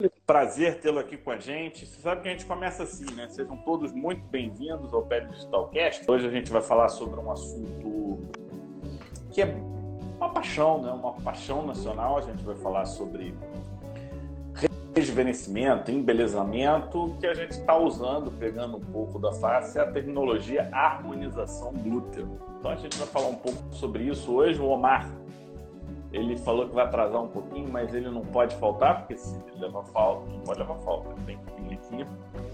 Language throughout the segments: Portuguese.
Prazer tê-lo aqui com a gente. Você sabe que a gente começa assim, né? Sejam todos muito bem-vindos ao Pé Digitalcast. Hoje a gente vai falar sobre um assunto que é uma paixão, né? Uma paixão nacional. A gente vai falar sobre rejuvenescimento, embelezamento, que a gente está usando, pegando um pouco da face, é a tecnologia harmonização glútea. Então a gente vai falar um pouco sobre isso hoje. O Omar, ele falou que vai atrasar um pouquinho, mas ele não pode faltar, porque se ele levar falta, não pode levar falta, ele tem que vir aqui.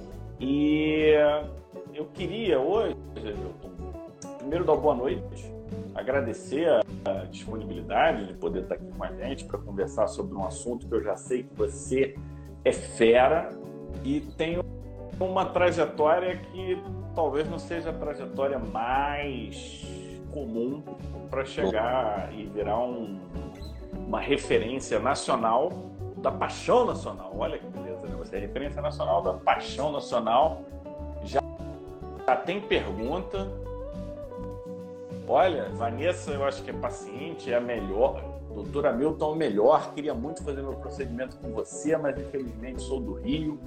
E eu queria hoje, Milton, primeiro dar boa noite, agradecer a disponibilidade de poder estar aqui com a gente para conversar sobre um assunto que eu já sei que você é fera e tem uma trajetória que talvez não seja a trajetória mais comum para chegar e virar uma referência nacional da paixão nacional. Olha que beleza, né? Você é referência nacional da paixão nacional. Já tem pergunta. Olha, Vanessa, eu acho que é paciente, é a melhor. Doutora Milton, melhor. Queria muito fazer meu procedimento com você, mas infelizmente sou do Rio.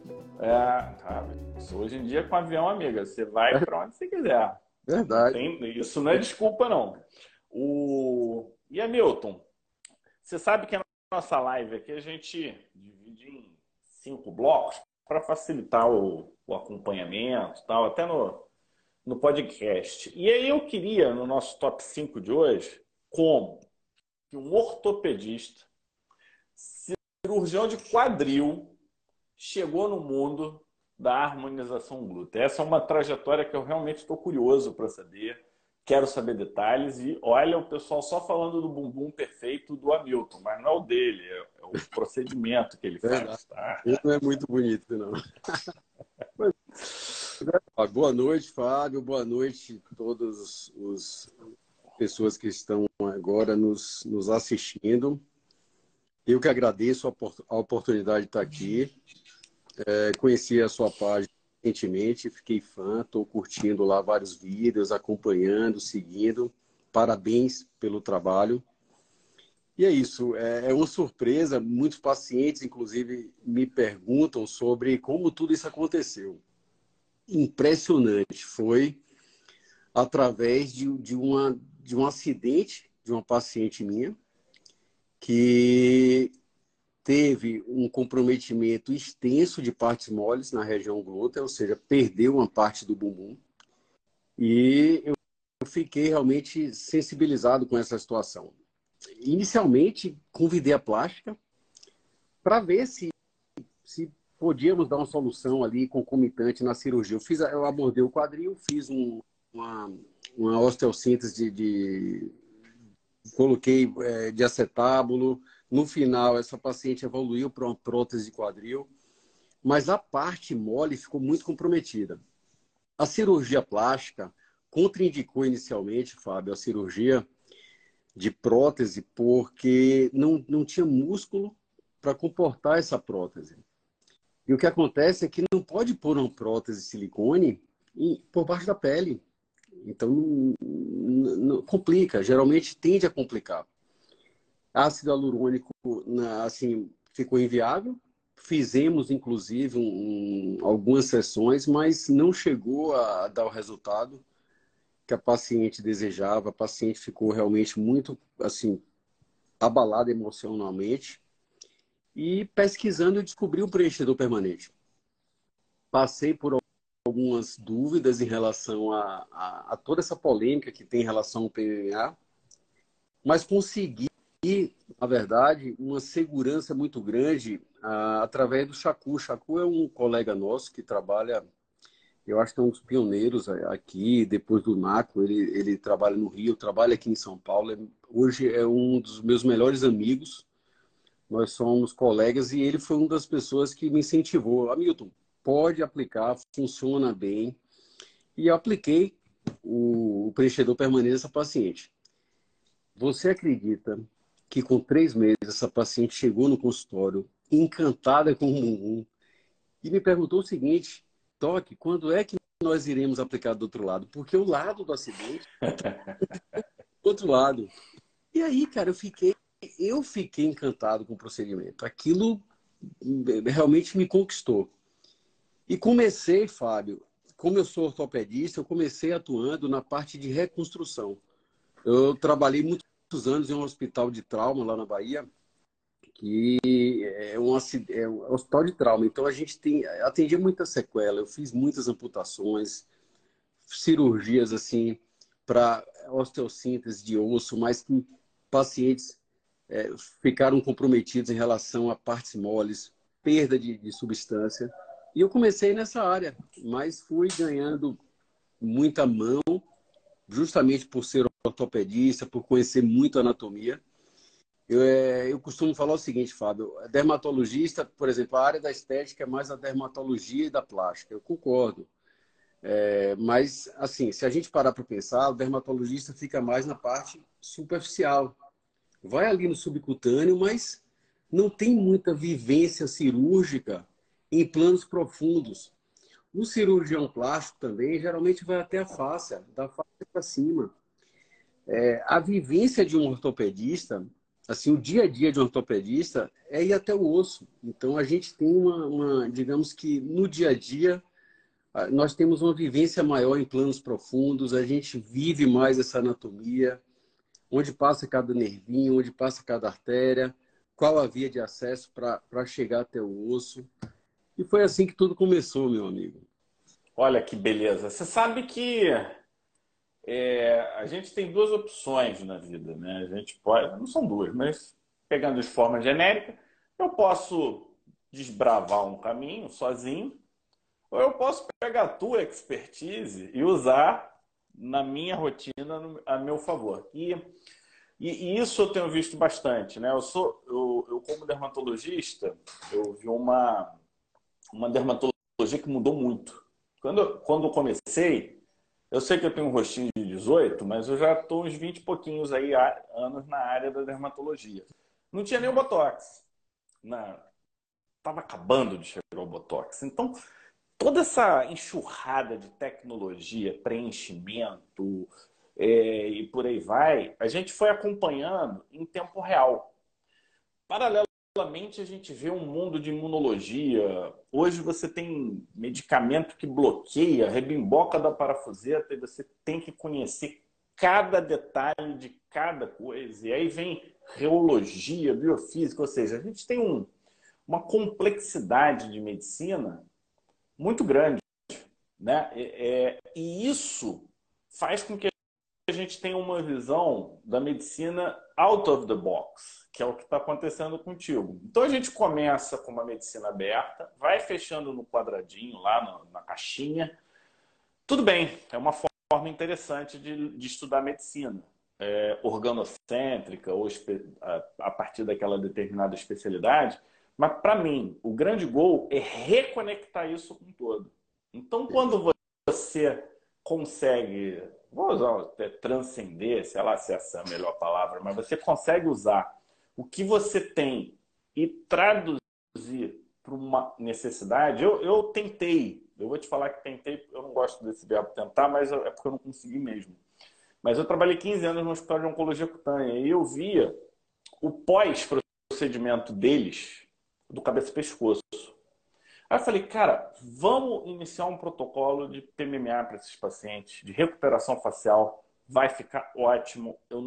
Hoje em dia com avião, amiga, você vai para onde você quiser. Verdade. Isso não é desculpa, não. E a Milton, você sabe que a nossa live aqui a gente divide em 5 blocos para facilitar o acompanhamento, tal, até no podcast. E aí eu queria, no nosso top 5 de hoje, como que um ortopedista, cirurgião de quadril, chegou no mundo da harmonização glútea. Essa é uma trajetória que eu realmente estou curioso para saber. Quero saber detalhes. E olha, o pessoal só falando do bumbum perfeito do Hamilton, mas não é o dele, é o procedimento que ele faz. Tá? Ele não é muito bonito, não. Boa noite, Fábio. Boa noite a todas as pessoas que estão agora nos assistindo. Eu que agradeço a oportunidade de estar aqui. Conheci a sua página recentemente, fiquei fã, estou curtindo lá vários vídeos, acompanhando, seguindo. Parabéns pelo trabalho. E é isso, é uma surpresa. Muitos pacientes, inclusive, me perguntam sobre como tudo isso aconteceu. Impressionante. Foi através de um acidente de uma paciente minha que teve um comprometimento extenso de partes moles na região glútea, ou seja, perdeu uma parte do bumbum. E eu fiquei realmente sensibilizado com essa situação. Inicialmente, convidei a plástica para ver se podíamos dar uma solução ali concomitante na cirurgia. Eu abordei o quadril, fiz uma osteossíntese coloquei de acetábulo. No final, essa paciente evoluiu para uma prótese de quadril, mas a parte mole ficou muito comprometida. A cirurgia plástica contraindicou inicialmente, Fábio, a cirurgia de prótese porque não tinha músculo para comportar essa prótese. E o que acontece é que não pode pôr uma prótese de silicone por baixo da pele. Então, não complica. Geralmente tende a complicar. Ácido hialurônico, assim, ficou inviável. Fizemos, inclusive, algumas sessões, mas não chegou a dar o resultado que a paciente desejava. A paciente ficou realmente muito, assim, abalada emocionalmente. E pesquisando, eu descobri o preenchedor permanente. Passei por algumas dúvidas em relação a toda essa polêmica que tem em relação ao PMA, mas consegui, na verdade, uma segurança muito grande através do Chacu. O Chacu é um colega nosso que trabalha, eu acho que é um dos pioneiros aqui, depois do NACO, ele trabalha no Rio, trabalha aqui em São Paulo, hoje é um dos meus melhores amigos, nós somos colegas e ele foi uma das pessoas que me incentivou. Hamilton, pode aplicar, funciona bem. E eu apliquei o preenchedor permanente dessa paciente. Você acredita que com 3 meses essa paciente chegou no consultório encantada com o bumbum e me perguntou o seguinte: Toque, quando é que nós iremos aplicar do outro lado? Porque o lado do acidente do outro lado. E aí, cara, eu fiquei encantado com o procedimento. Aquilo realmente me conquistou. E comecei, Fábio, como eu sou ortopedista, eu comecei atuando na parte de reconstrução. Eu trabalhei muitos anos em um hospital de trauma lá na Bahia, que é um hospital de trauma. Então a gente atendia muita sequela. Eu fiz muitas amputações, cirurgias assim para osteossíntese de osso, mas que pacientes ficaram comprometidos em relação a partes moles, perda de substância. E eu comecei nessa área, mas fui ganhando muita mão, justamente por ser ortopedista, por conhecer muito anatomia. Eu costumo falar o seguinte, Fábio, dermatologista, por exemplo, a área da estética é mais a dermatologia e da plástica, eu concordo. Mas, assim, se a gente parar para pensar, o dermatologista fica mais na parte superficial. Vai ali no subcutâneo, mas não tem muita vivência cirúrgica em planos profundos. O cirurgião plástico também geralmente vai até a face, da face para cima. A vivência de um ortopedista, assim, o dia a dia de um ortopedista é ir até o osso. Então, a gente tem digamos que no dia a dia, nós temos uma vivência maior em planos profundos, a gente vive mais essa anatomia, onde passa cada nervinho, onde passa cada artéria, qual a via de acesso para chegar até o osso. E foi assim que tudo começou, meu amigo. Olha que beleza. Você sabe que a gente tem duas opções na vida, né? A gente pode, não são duas, mas pegando de forma genérica, eu posso desbravar um caminho sozinho, ou eu posso pegar a tua expertise e usar na minha rotina a meu favor. E isso eu tenho visto bastante, né? Eu como dermatologista, eu vi uma dermatologia que mudou muito. Quando eu comecei, eu sei que eu tenho um rostinho de 18, mas eu já estou uns 20 e pouquinhos aí, anos na área da dermatologia. Não tinha nem o Botox. Estava acabando de chegar o Botox. Então, toda essa enxurrada de tecnologia, preenchimento e por aí vai, a gente foi acompanhando em tempo real. Paralelamente, a gente vê um mundo de imunologia. Hoje você tem medicamento que bloqueia, rebimboca da parafuseta e você tem que conhecer cada detalhe de cada coisa. E aí vem reologia, biofísica, ou seja, a gente tem uma complexidade de medicina muito grande, né? E isso faz com que a gente tenha uma visão da medicina out of the box, que é o que está acontecendo contigo. Então a gente começa com uma medicina aberta, vai fechando no quadradinho, lá na caixinha. Tudo bem, é uma forma interessante de estudar medicina. Organocêntrica, ou a partir daquela determinada especialidade. Mas, para mim, o grande gol é reconectar isso com o todo. Então, quando você consegue, vou usar até transcender, sei lá se essa é a melhor palavra, mas você consegue usar o que você tem e traduzir para uma necessidade. Eu tentei, eu vou te falar que tentei, eu não gosto desse verbo tentar, mas é porque eu não consegui mesmo. Mas eu trabalhei 15 anos no hospital de oncologia cutânea e eu via o pós-procedimento deles do cabeça e pescoço. Aí eu falei, cara, vamos iniciar um protocolo de PMMA para esses pacientes, de recuperação facial, vai ficar ótimo. Eu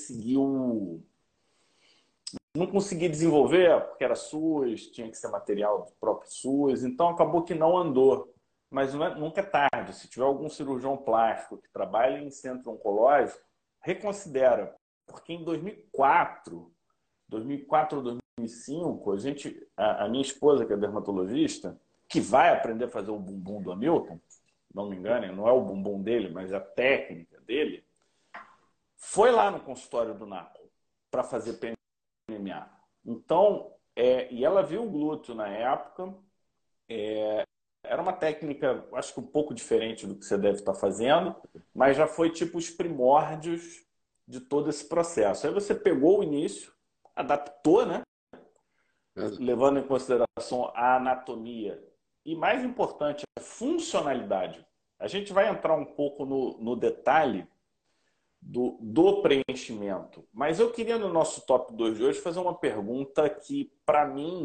não consegui desenvolver, porque era SUS, tinha que ser material do próprio SUS, então acabou que não andou. Mas nunca é tarde. Se tiver algum cirurgião plástico que trabalha em centro oncológico, reconsidera. Porque em 2004 ou 2005, a minha esposa, que é dermatologista, que vai aprender a fazer o bumbum do Hamilton, não me enganem, não é o bumbum dele, mas a técnica dele, foi lá no consultório do NACO para fazer PMMA. Então, e ela viu o glúteo na época, era uma técnica, acho que um pouco diferente do que você deve estar fazendo, mas já foi tipo os primórdios de todo esse processo. Aí você pegou o início, adaptou, né? Levando em consideração a anatomia e, mais importante, a funcionalidade. A gente vai entrar um pouco no detalhe do preenchimento, mas eu queria, no nosso top 2 de hoje, fazer uma pergunta que, para mim,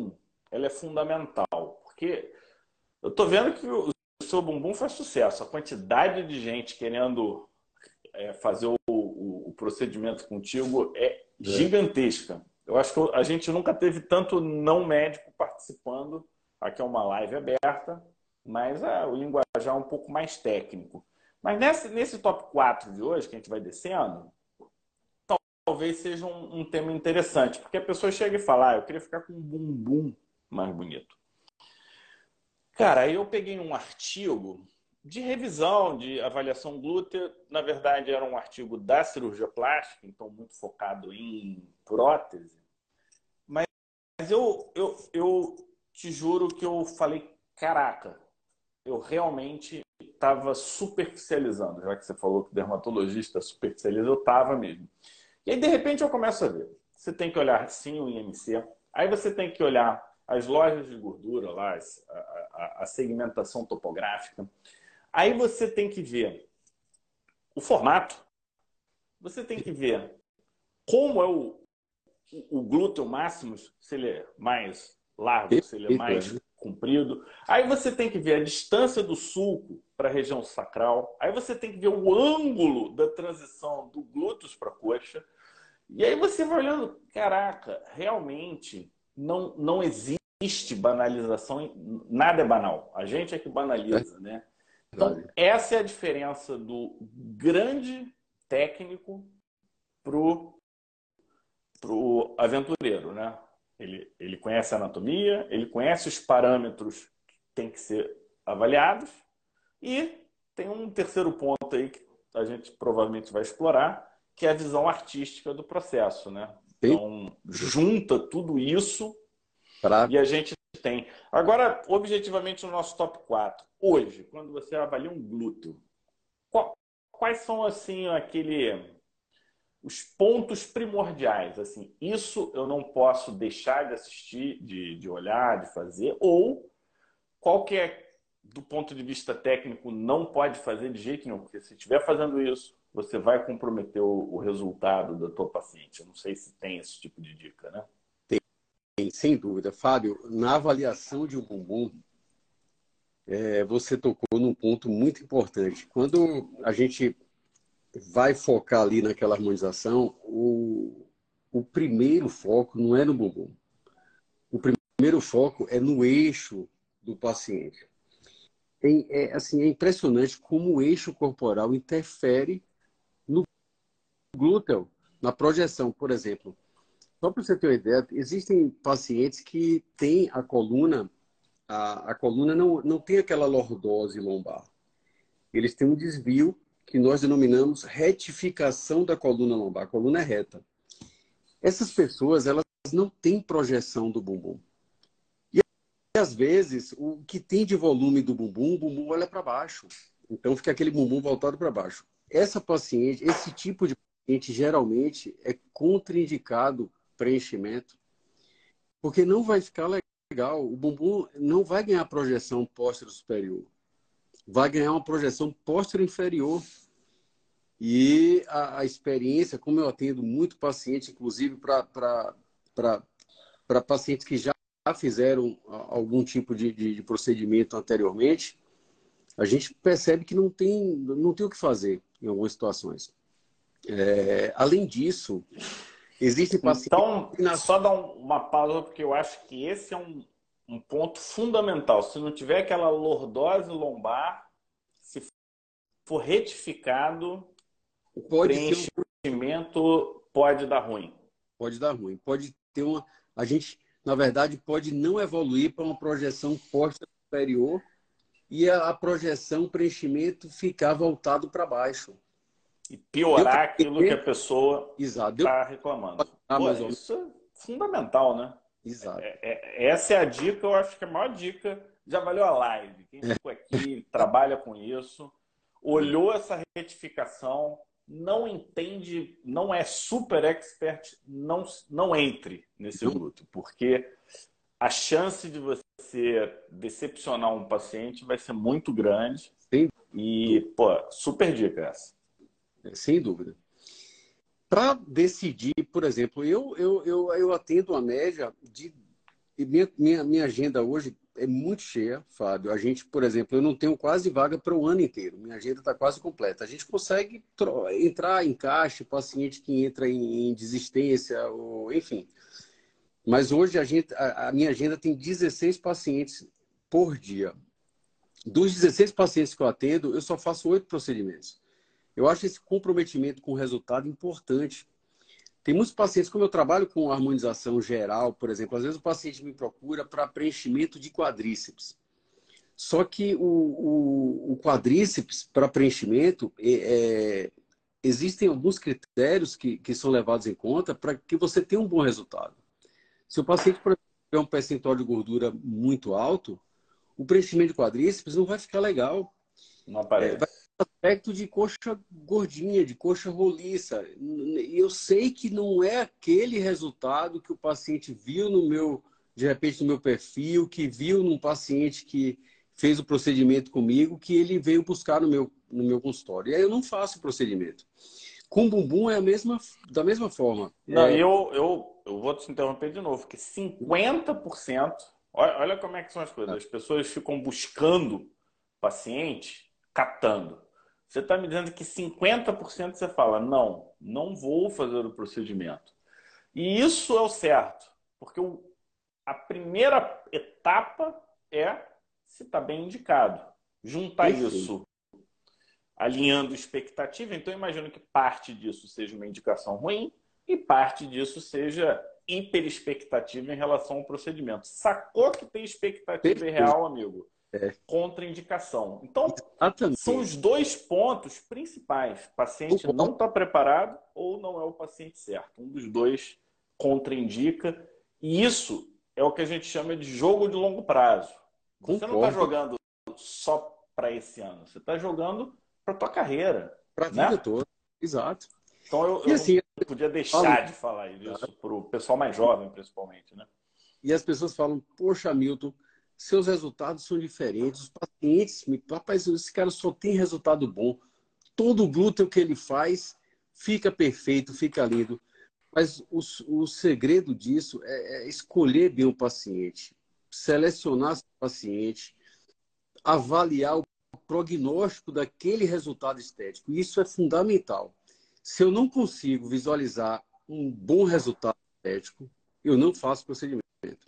ela é fundamental, porque eu tô vendo que o seu bumbum faz sucesso. A quantidade de gente querendo fazer o procedimento contigo é É. gigantesca. Eu acho que a gente nunca teve tanto não médico participando. Aqui é uma live aberta, mas o linguajar é um pouco mais técnico. Mas nesse top 4 de hoje, que a gente vai descendo, talvez seja um tema interessante, porque a pessoa chega e fala, eu queria ficar com um bumbum mais bonito. Cara, aí eu peguei um artigo de revisão, de avaliação glútea. Na verdade, era um artigo da cirurgia plástica, então muito focado em prótese. Mas eu te juro que eu falei, caraca, eu realmente estava superficializando. Já que você falou que dermatologista superficializa, eu estava mesmo. E aí, de repente, eu começo a ver. Você tem que olhar, sim, o IMC. Aí você tem que olhar as lojas de gordura lá, a segmentação topográfica. Aí você tem que ver o formato. Você tem que ver como é o glúteo máximo, se ele é mais largo, se ele é Perfeito, mais comprido. Aí você tem que ver a distância do sulco para a região sacral. Aí você tem que ver o ângulo da transição do glúteos para a coxa. E aí você vai olhando, caraca, realmente não existe banalização, nada é banal. A gente é que banaliza, né? Então, verdade. essa é a diferença do grande técnico pro aventureiro, né? Ele conhece a anatomia, ele conhece os parâmetros que têm que ser avaliados e tem um terceiro ponto aí que a gente provavelmente vai explorar, que é a visão artística do processo, né? Tem Então, junta tudo isso pra... e a gente tem. Agora, objetivamente, o nosso top 4. Hoje, quando você avalia um glúteo, quais são, assim, os pontos primordiais? Assim, isso eu não posso deixar de assistir, de olhar, de fazer, ou qualquer, do ponto de vista técnico, não pode fazer de jeito nenhum, porque se estiver fazendo isso, você vai comprometer o resultado da tua paciente. Eu não sei se tem esse tipo de dica, né? Tem, sem dúvida. Fábio, na avaliação de um bumbum, você tocou num ponto muito importante. Quando a gente vai focar ali naquela harmonização, o primeiro foco não é no bumbum. O primeiro foco é no eixo do paciente. Assim, é impressionante como o eixo corporal interfere no glúteo, na projeção, por exemplo. Só para você ter uma ideia, existem pacientes que têm a coluna não tem aquela lordose lombar. Eles têm um desvio que nós denominamos retificação da coluna lombar. A coluna é reta. Essas pessoas, elas não têm projeção do bumbum. E às vezes, o que tem de volume do bumbum, o bumbum olha para baixo. Então fica aquele bumbum voltado para baixo. Essa paciente, esse tipo de paciente, geralmente é contraindicado preenchimento, porque não vai ficar legal. O bumbum não vai ganhar projeção póstero superior, vai ganhar uma projeção póstero inferior. E a experiência, como eu atendo muito paciente, inclusive para pacientes que já fizeram algum tipo de procedimento anteriormente, a gente percebe que não tem o que fazer em algumas situações. Além disso, existem pacientes Então, que nascem. só dar uma pausa, porque eu acho que esse é um ponto fundamental. Se não tiver aquela lordose lombar, se for retificado, o Pode ser um, preenchimento pode dar ruim. pode dar ruim, pode ter uma. A gente, na verdade, pode não evoluir para uma projeção póstera superior e a projeção, o preenchimento ficar voltado para baixo. E Deu para piorar aquilo que a entender? pessoa Exato. Deu está reclamando. para Pô, mais ou menos. isso é fundamental, né? Exato. Essa é a dica, eu acho que é a maior dica. Já valeu a live. Quem ficou aqui, trabalha com isso, olhou essa retificação, não entende, não é super expert, não entre nesse Não glúteo, porque a chance de você decepcionar um paciente vai ser muito grande. tem E, dúvida. pô, super dica essa. Sem dúvida. Para decidir, por exemplo, eu atendo uma média de E minha agenda hoje é muito cheia, Fábio. A gente, por exemplo, eu não tenho quase vaga para o ano inteiro. Minha agenda está quase completa. A gente consegue entrar em caixa, paciente que entra em desistência, ou enfim. Mas hoje a minha agenda tem 16 pacientes por dia. Dos 16 pacientes que eu atendo, eu só faço 8 procedimentos. Eu acho esse comprometimento com o resultado importante. Tem muitos pacientes, como eu trabalho com harmonização geral, por exemplo, às vezes o paciente me procura para preenchimento de quadríceps. Só que o quadríceps, para preenchimento, existem alguns critérios que são levados em conta para que você tenha um bom resultado. Se o paciente, por exemplo, tiver um percentual de gordura muito alto, o preenchimento de quadríceps não vai ficar legal. Não aparece. Vai ter aspecto de coxa gordinha, de coxa roliça. E eu sei que não é aquele resultado que o paciente viu de repente, no meu perfil, que viu num paciente que fez o procedimento comigo, que ele veio buscar no meu consultório. E aí eu não faço o procedimento. Com bumbum é da mesma forma. Não, eu vou te interromper de novo, que 50%, olha como é que são as coisas. As pessoas ficam buscando paciente, catando. Você está me dizendo que 50% você fala, não vou fazer o procedimento. E isso é o certo, porque a primeira etapa é se está bem indicado. Juntar isso alinhando expectativa, então eu imagino que parte disso seja uma indicação ruim e parte disso seja hiper expectativa em relação ao procedimento. Sacou que tem expectativa real, amigo? Contraindicação. Então, são os dois pontos principais. O paciente não está preparado ou não é o paciente certo. Um dos dois contraindica. E isso é o que a gente chama de jogo de longo prazo. Você não está jogando só para esse ano. Você está jogando para a tua carreira. Para a vida toda. Exato. Então, eu assim, não podia deixar de falar isso para o pessoal mais jovem, principalmente. Né? E as pessoas falam, poxa, Milton, seus resultados são diferentes. Os pacientes, rapaz, esse cara só tem resultado bom. Todo o glúteo que ele faz fica perfeito, fica lindo. Mas o segredo disso é escolher bem o paciente, selecionar o paciente, avaliar o prognóstico daquele resultado estético. Isso é fundamental. Se eu não consigo visualizar um bom resultado estético, eu não faço procedimento.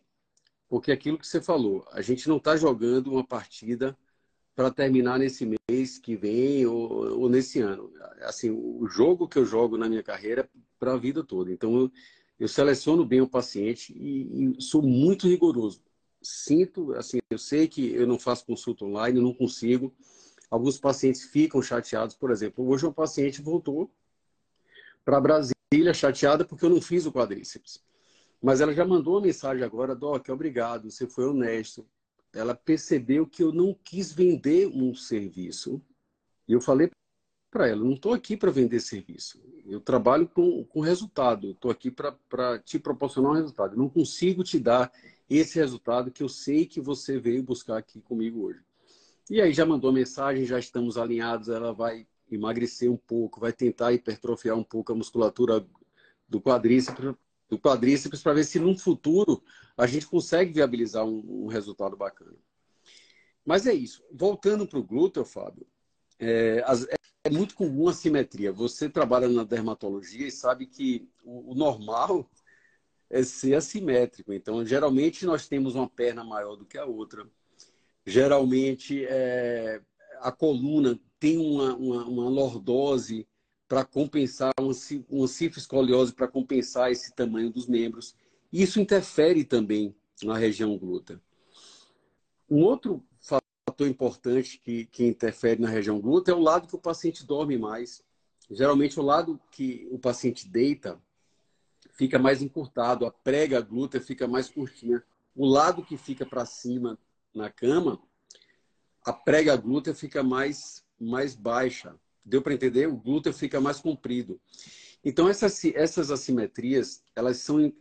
Porque aquilo que você falou, a gente não está jogando uma partida para terminar nesse mês que vem ou nesse ano. Assim, o jogo que eu jogo na minha carreira é para a vida toda. Então, eu seleciono bem o paciente e sou muito rigoroso. Sinto, assim, eu sei que eu não faço consulta online, eu não consigo. Alguns pacientes ficam chateados. Por exemplo, hoje um paciente voltou para Brasília chateada porque eu não fiz o quadríceps. Mas ela já mandou uma mensagem agora, Doc, obrigado, você foi honesto. Ela percebeu que eu não quis vender um serviço. E eu falei para ela, não estou aqui para vender serviço. Eu trabalho com resultado. Estou aqui para te proporcionar um resultado. Eu não consigo te dar esse resultado que eu sei que você veio buscar aqui comigo hoje. E aí já mandou mensagem, já estamos alinhados, ela vai emagrecer um pouco, vai tentar hipertrofiar um pouco a musculatura do quadríceps para ver se no futuro a gente consegue viabilizar um resultado bacana. Mas é isso. Voltando para o glúteo, Fábio, é muito comum a simetria. Você trabalha na dermatologia e sabe que o normal é ser assimétrico. Então, geralmente, nós temos uma perna maior do que a outra. Geralmente, a coluna tem uma lordose para compensar, uma cifescoliose para compensar esse tamanho dos membros. Isso interfere também na região glútea. Um outro fator importante que interfere na região glútea é o lado que o paciente dorme mais. Geralmente, o lado que o paciente deita fica mais encurtado, a prega glútea fica mais curtinha. O lado que fica para cima na cama, a prega glútea fica mais baixa. Deu para entender? O glúteo fica mais comprido. Então, essas assimetrias, elas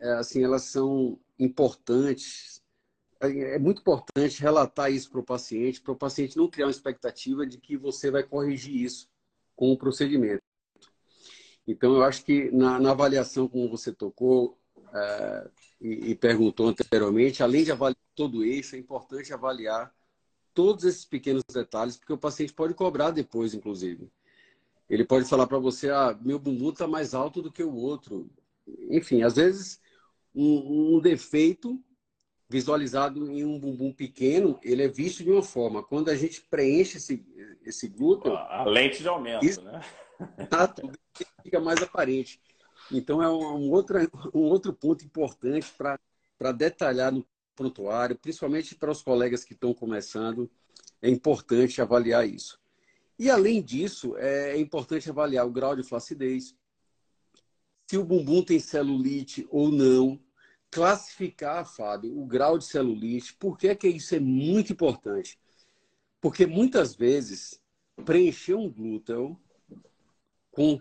são importantes. É muito importante relatar isso para o paciente não criar uma expectativa de que você vai corrigir isso com o procedimento. Então, eu acho que na avaliação, como você tocou, e perguntou anteriormente, além de avaliar todo o eixo, é importante avaliar todos esses pequenos detalhes, porque o paciente pode cobrar depois, inclusive. Ele pode falar para você, meu bumbum está mais alto do que o outro. Enfim, às vezes, um defeito visualizado em um bumbum pequeno, ele é visto de uma forma. Quando a gente preenche esse glúteo, A lente de aumento, né? tudo fica mais aparente. Então, é um outro ponto importante para detalhar no prontuário, principalmente para os colegas que estão começando, é importante avaliar isso. E, além disso, é importante avaliar o grau de flacidez, se o bumbum tem celulite ou não, classificar, Fábio, o grau de celulite. Por que que isso é muito importante? Porque, muitas vezes, preencher um glúteo com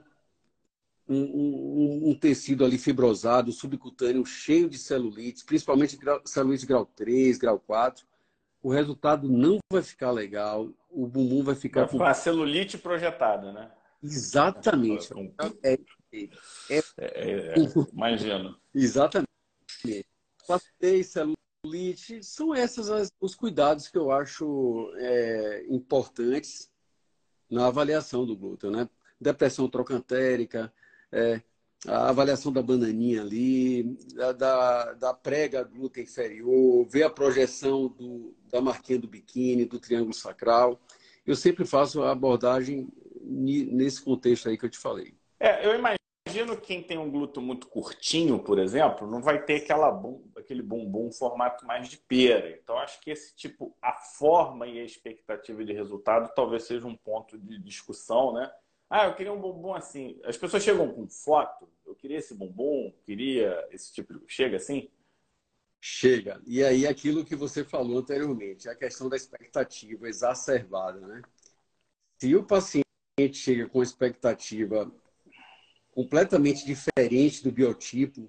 um tecido ali fibrosado, subcutâneo, cheio de celulite, principalmente celulite grau 3, grau 4, o resultado não vai ficar legal, o bumbum vai ficar Vai com... ficar uma celulite projetada, né? Exatamente. É, é, Imagino. exatamente. Flacidez, celulite, são esses os cuidados que eu acho importantes na avaliação do glúteo, né? Depressão trocantérica, é, a avaliação da bananinha ali, da prega glútea inferior, ver a projeção da marquinha do biquíni, do triângulo sacral. Eu sempre faço a abordagem nesse contexto aí que eu te falei. Eu imagino que quem tem um glúteo muito curtinho, por exemplo, não vai ter aquele bumbum formato mais de pera. Então, acho que esse tipo, a forma e a expectativa de resultado talvez seja um ponto de discussão, né? Eu queria um bumbum assim. As pessoas chegam com foto, eu queria esse bumbum, queria esse tipo de... Chega assim? Chega. E aí, aquilo que você falou anteriormente, a questão da expectativa exacerbada, né? Se o paciente chega com expectativa completamente diferente do biotipo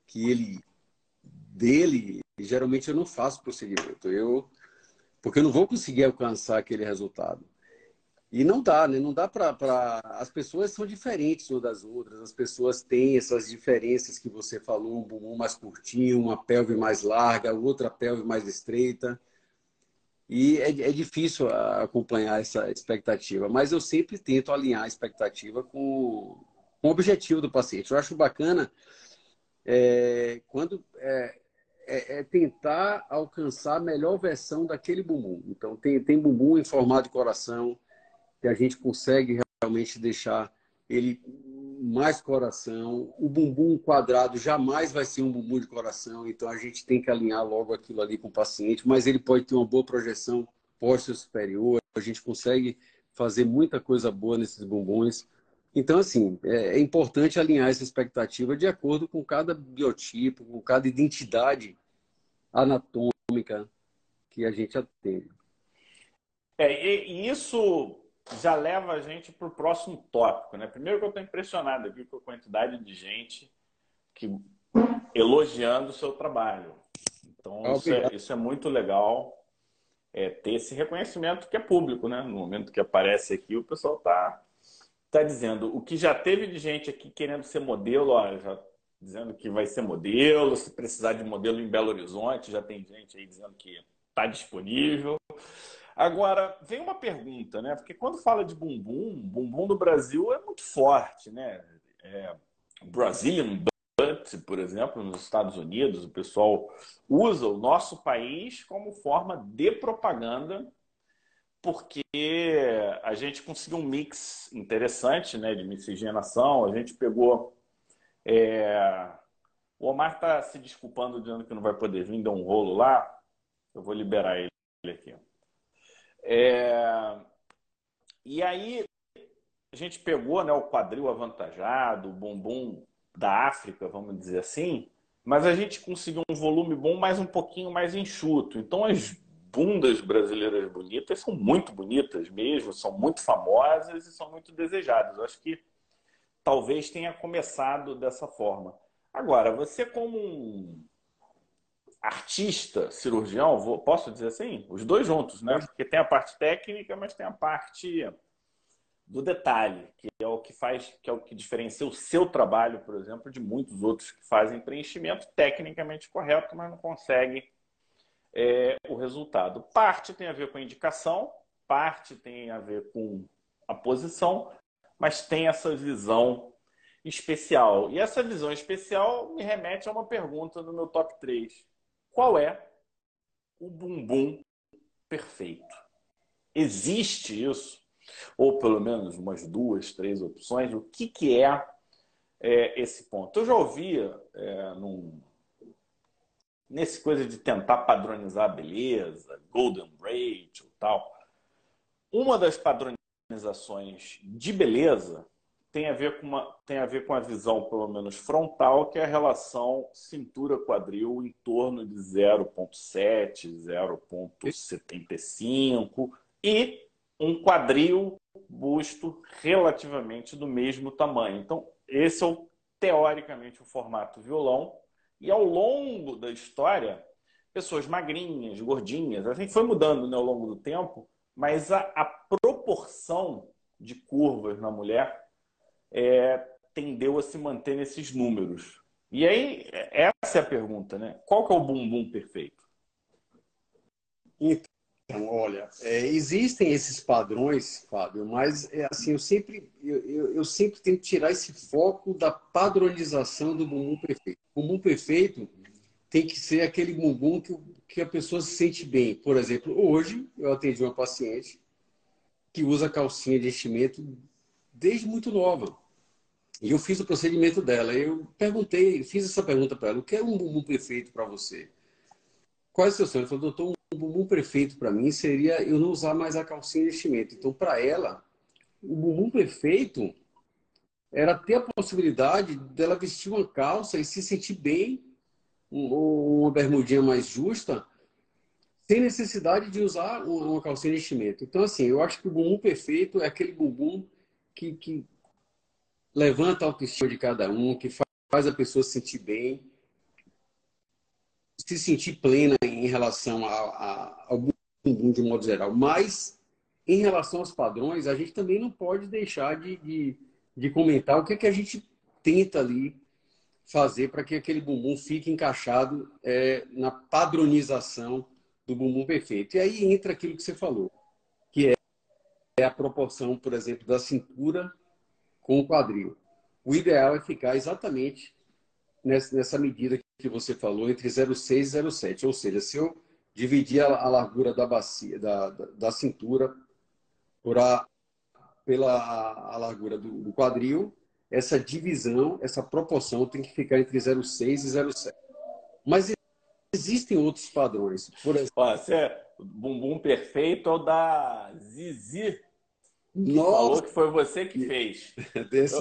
dele, geralmente eu não faço procedimento. Porque eu não vou conseguir alcançar aquele resultado. E não dá, né? Não dá para... As pessoas são diferentes umas das outras, as pessoas têm essas diferenças que você falou, um bumbum mais curtinho, uma pelve mais larga, outra pelve mais estreita. E é difícil acompanhar essa expectativa, mas eu sempre tento alinhar a expectativa com o objetivo do paciente. Eu acho bacana quando tentar alcançar a melhor versão daquele bumbum. Então, tem bumbum em formato de coração, que a gente consegue realmente deixar ele mais coração. O bumbum quadrado jamais vai ser um bumbum de coração, então a gente tem que alinhar logo aquilo ali com o paciente, mas ele pode ter uma boa projeção póstero superior, a gente consegue fazer muita coisa boa nesses bumbuns. Então, assim, é importante alinhar essa expectativa de acordo com cada biotipo, com cada identidade anatômica que a gente atende. E isso já leva a gente para o próximo tópico, né? Primeiro que eu estou impressionado aqui com a quantidade de gente elogiando o seu trabalho. Então, isso é muito legal, ter esse reconhecimento que é público, né? No momento que aparece aqui, o pessoal tá dizendo. O que já teve de gente aqui querendo ser modelo, ó, já dizendo que vai ser modelo, se precisar de modelo em Belo Horizonte, já tem gente aí dizendo que está disponível. Agora, vem uma pergunta, né? Porque quando fala de bumbum do Brasil é muito forte, né? Brazilian Butt, por exemplo, nos Estados Unidos, o pessoal usa o nosso país como forma de propaganda, porque a gente conseguiu um mix interessante, né, de miscigenação. A gente pegou... O Omar está se desculpando, dizendo que não vai poder vir, deu um rolo lá. Eu vou liberar ele aqui. E aí a gente pegou, né, o quadril avantajado, o bumbum da África, vamos dizer assim, mas a gente conseguiu um volume bom, mas um pouquinho mais enxuto. Então as bundas brasileiras bonitas são muito bonitas mesmo, são muito famosas e são muito desejadas. Eu acho que talvez tenha começado dessa forma. Agora, você como um artista, cirurgião, posso dizer assim? Os dois juntos, né? Porque tem a parte técnica, mas tem a parte do detalhe, que é o que faz, que é o que diferencia o seu trabalho, por exemplo, de muitos outros que fazem preenchimento tecnicamente correto, mas não conseguem o resultado. Parte tem a ver com a indicação, parte tem a ver com a posição, mas tem essa visão especial. E essa visão especial me remete a uma pergunta no meu top 3. Qual é o bumbum perfeito? Existe isso? Ou pelo menos umas duas, três opções? O que esse ponto? Eu já ouvia nesse coisa de tentar padronizar a beleza, Golden Ratio e tal. Uma das padronizações de beleza tem a ver com a visão, pelo menos frontal, que é a relação cintura-quadril em torno de 0,7, 0,75 e um quadril, busto relativamente do mesmo tamanho. Então, esse é teoricamente o formato violão. E ao longo da história, pessoas magrinhas, gordinhas, assim foi mudando, né, ao longo do tempo, mas a proporção de curvas na mulher tendeu a se manter nesses números. E aí, essa é a pergunta, né? Qual que é o bumbum perfeito? Então, olha, existem esses padrões, Fábio, mas assim, eu sempre tento tirar esse foco da padronização do bumbum perfeito. O bumbum perfeito tem que ser aquele bumbum que a pessoa se sente bem. Por exemplo, hoje eu atendi uma paciente que usa calcinha de enchimento desde muito nova. E eu fiz o procedimento dela. Eu fiz essa pergunta para ela: o que é um bumbum perfeito para você? Qual é o seu sonho? Ele falou: doutor, um bumbum perfeito para mim seria eu não usar mais a calcinha de enchimento. Então, para ela, o bumbum perfeito era ter a possibilidade dela vestir uma calça e se sentir bem, uma bermudinha mais justa, sem necessidade de usar uma calcinha de enchimento. Então, assim, eu acho que o bumbum perfeito é aquele bumbum que levanta a autoestima de cada um, que faz a pessoa se sentir bem, se sentir plena em relação ao bumbum de modo geral. Mas, em relação aos padrões, a gente também não pode deixar de comentar o que a gente tenta ali fazer para que aquele bumbum fique encaixado na padronização do bumbum perfeito. E aí entra aquilo que você falou, que é a proporção, por exemplo, da cintura com o quadril. O ideal é ficar exatamente nessa medida que você falou, entre 0,6 e 0,7. Ou seja, se eu dividir a largura da bacia, da cintura pela a largura do quadril, essa divisão, essa proporção tem que ficar entre 0,6 e 0,7. Mas existem outros padrões. Por exemplo, O bumbum perfeito é o da Zizi, que nossa, falou que foi você que fez. desse...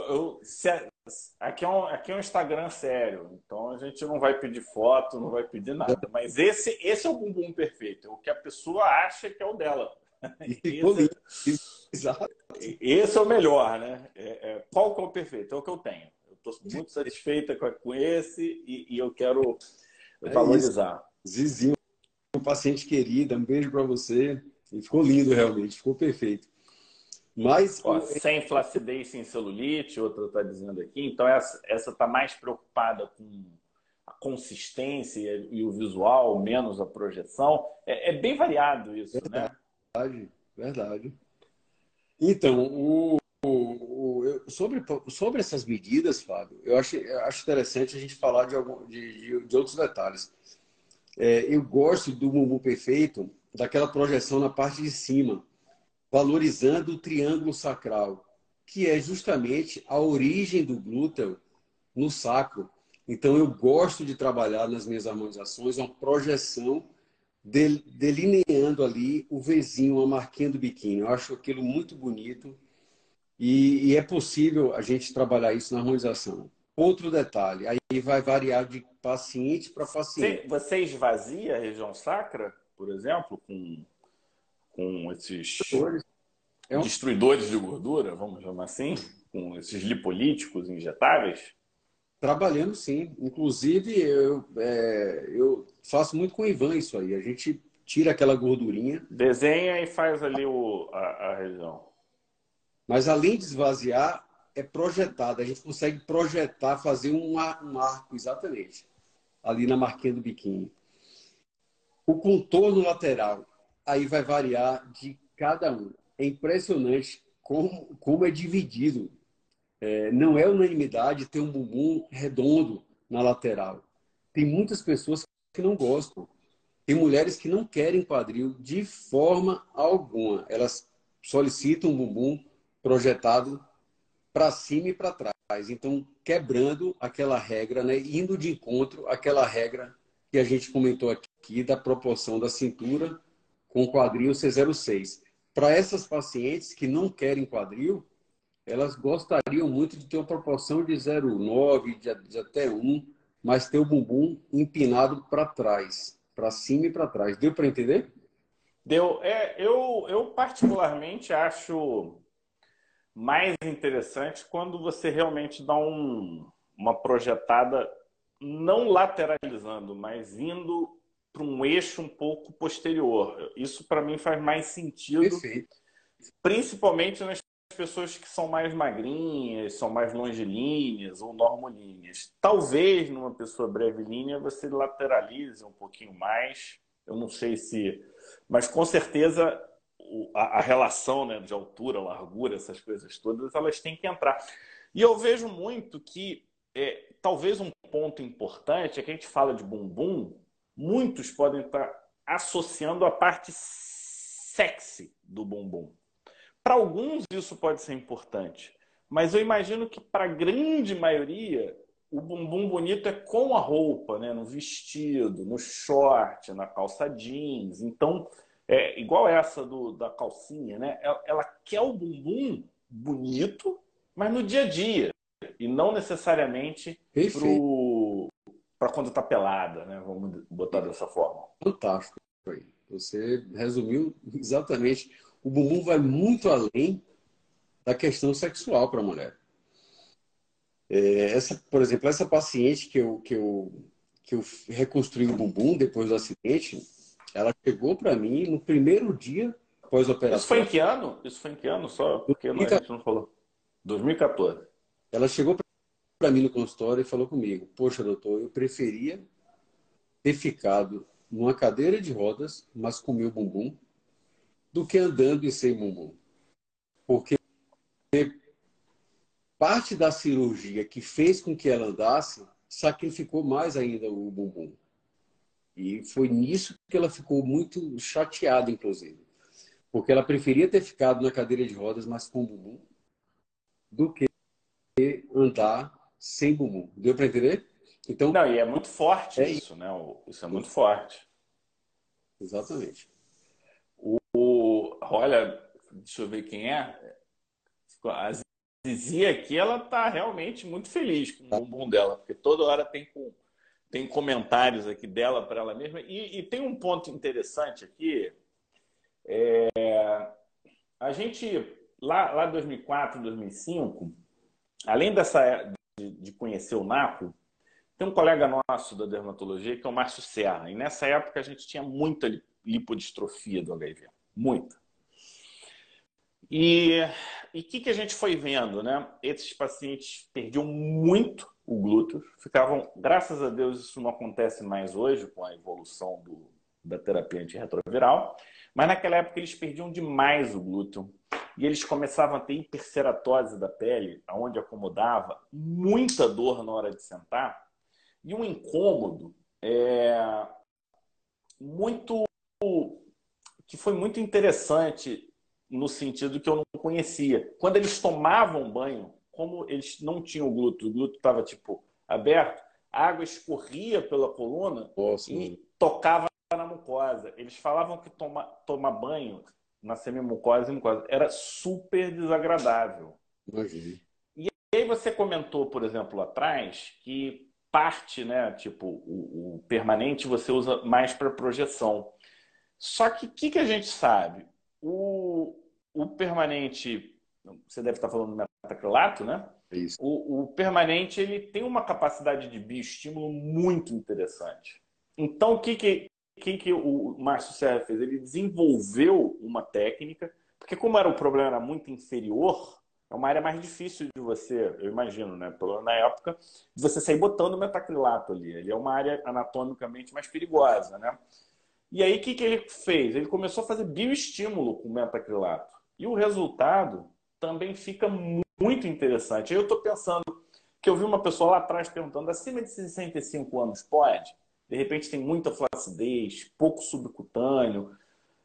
Aqui é um Instagram sério, então a gente não vai pedir foto, não vai pedir nada. Mas esse é o bumbum perfeito, é o que a pessoa acha que é o dela. E ficou lindo. Exato. Esse é o melhor, né? Qual que é o perfeito? É o que eu tenho. Eu estou muito satisfeita com esse e eu quero valorizar. Isso. Zizinho, um paciente querida, um beijo para você. E ficou lindo, realmente, ficou perfeito. Mas sem flacidez, sem celulite, outra está dizendo aqui. Então, essa está mais preocupada com a consistência e o visual, menos a projeção. É bem variado isso, verdade, né? Verdade. Então, sobre essas medidas, Fábio, eu acho interessante a gente falar de outros detalhes. Eu gosto do bumbum perfeito, daquela projeção na parte de cima, valorizando o triângulo sacral, que é justamente a origem do glúteo no sacro. Então, eu gosto de trabalhar nas minhas harmonizações uma projeção delineando ali o Vzinho, a marquinha do biquinho. Eu acho aquilo muito bonito e é possível a gente trabalhar isso na harmonização. Outro detalhe, aí vai variar de paciente para paciente. Você esvazia a região sacra, por exemplo, com esses destruidores de gordura, vamos chamar assim, com esses lipolíticos injetáveis? Trabalhando, sim. Inclusive, eu faço muito com o Ivan isso aí. A gente tira aquela gordurinha. Desenha e faz ali a região. Mas além de esvaziar, é projetado. A gente consegue projetar, fazer um arco, exatamente, ali na marquinha do biquíni. O contorno lateral, aí vai variar de cada um. É impressionante como é dividido. Não é unanimidade ter um bumbum redondo na lateral. Tem muitas pessoas que não gostam. Tem mulheres que não querem quadril de forma alguma. Elas solicitam um bumbum projetado para cima e para trás. Então, quebrando aquela regra, né? Indo de encontro àquela regra que a gente comentou aqui da proporção da cintura com quadril C06. Para essas pacientes que não querem quadril, elas gostariam muito de ter uma proporção de 0,9, de até 1, mas ter o bumbum empinado para trás, para cima e para trás. Deu para entender? Deu. Eu particularmente acho mais interessante quando você realmente dá uma projetada, não lateralizando, mas indo para um eixo um pouco posterior. Isso, para mim, faz mais sentido, Perfeito. principalmente nas pessoas que são mais magrinhas, são mais longilíneas ou normolíneas. Talvez numa pessoa brevilínea você lateralize um pouquinho mais. Eu não sei se... Mas com certeza a relação, né, de altura, largura, essas coisas todas, elas têm que entrar. E eu vejo muito que talvez um ponto importante é que a gente fala de bumbum, muitos podem estar associando a parte sexy do bumbum. Para alguns isso pode ser importante, mas eu imagino que para a grande maioria o bumbum bonito é com a roupa, né? No vestido, no short, na calça jeans. Então, igual essa da calcinha, né? Ela quer o bumbum bonito, mas no dia a dia, e não necessariamente Perfeito. para quando está pelada, né? Vamos botar dessa forma. Fantástico. Você resumiu exatamente. O bumbum vai muito além da questão sexual para a mulher. Por exemplo, essa paciente que eu reconstruí o bumbum depois do acidente, ela chegou para mim no primeiro dia Isso foi em pós-operatório. que ano? Isso foi em que ano? Só porque a gente não falou. 2014. Ela chegou para mim no consultório e falou comigo: Poxa, doutor, eu preferia ter ficado numa cadeira de rodas, mas com meu bumbum, do que andando e sem bumbum. Porque parte da cirurgia que fez com que ela andasse sacrificou mais ainda o bumbum. E foi nisso que ela ficou muito chateada, inclusive. Porque ela preferia ter ficado na cadeira de rodas, mas com bumbum, do que andar sem bumbum. Deu para entender? Então, Não, e é muito forte é isso, né? Isso é muito forte. exatamente. Olha, deixa eu ver quem é. A Zizi aqui, ela tá realmente muito feliz com o bumbum dela, porque toda hora tem comentários aqui dela para ela mesma. E tem um ponto interessante aqui. A gente, lá em 2004, 2005, além de conhecer o NAPO, tem um colega nosso da dermatologia que é o Márcio Serra. E nessa época a gente tinha muita lipodistrofia do HIV. Muita. E o que a gente foi vendo, né? Esses pacientes perdiam muito o glúteo, ficavam, graças a Deus, isso não acontece mais hoje com a evolução da terapia antirretroviral, mas naquela época eles perdiam demais o glúteo e eles começavam a ter hiperceratose da pele, onde acomodava, muita dor na hora de sentar e um incômodo muito que foi muito interessante no sentido que eu não conhecia. Quando eles tomavam banho, como eles não tinham o glúteo estava tipo aberto, a água escorria pela coluna Nossa, e tocava na mucosa. Eles falavam que tomar banho na semimucosa e mucosa era super desagradável. imagina. E aí você comentou, por exemplo, lá atrás, que parte, né, tipo, o permanente você usa mais para projeção. Só que o que a gente sabe? O permanente, você deve estar falando do metacrilato, né? É isso. O permanente ele tem uma capacidade de bioestímulo muito interessante. Então, o que o Márcio Serra fez? Ele desenvolveu uma técnica, Porque como era o problema era muito inferior, é uma área mais difícil de você, eu imagino, né? Na época, de você sair botando o metacrilato ali. Ele é uma área anatomicamente mais perigosa, né? E aí, o que ele fez? Ele começou a fazer bioestímulo com o metacrilato. E o resultado também fica muito interessante. Aí eu estou pensando que eu vi uma pessoa lá atrás perguntando, acima de 65 anos pode? De repente tem muita flacidez, pouco subcutâneo.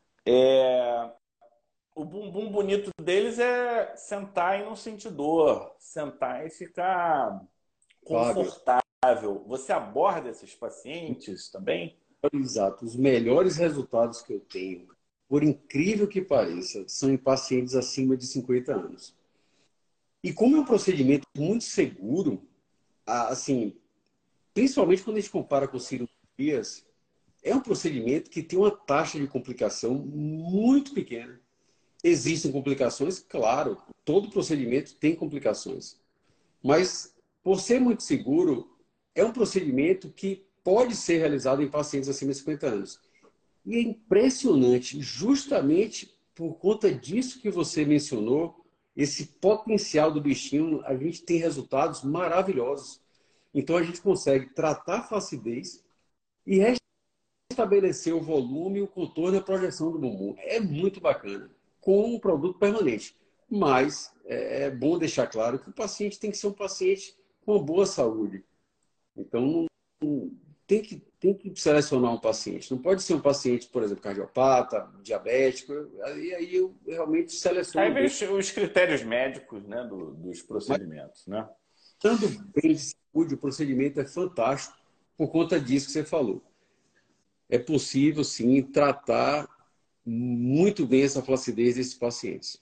O bumbum bonito deles é sentar e não sentir dor, sentar e ficar Fábio, confortável. Você aborda esses pacientes também? exato. Os melhores resultados que eu tenho, por incrível que pareça, são em pacientes acima de 50 anos. E como é um procedimento muito seguro, assim, principalmente quando a gente compara com cirurgias, é um procedimento que tem uma taxa de complicação muito pequena. Existem complicações, claro, todo procedimento tem complicações. Mas, por ser muito seguro, é um procedimento que pode ser realizado em pacientes acima de 50 anos. E é impressionante, justamente por conta disso que você mencionou, esse potencial do bichinho, a gente tem resultados maravilhosos. Então, a gente consegue tratar a flacidez e restabelecer o volume, o contorno e a projeção do bumbum. É muito bacana, com um produto permanente. Mas é bom deixar claro que o paciente tem que ser um paciente com boa saúde. Então, tem que selecionar um paciente. Não pode ser um paciente, por exemplo, cardiopata, diabético. Aí eu realmente Aí seleciono vem bem. os critérios médicos, né, dos Mas, procedimentos, né? estando bem de saúde, o procedimento é fantástico por conta disso que você falou. É possível, sim, tratar muito bem essa flacidez desses pacientes.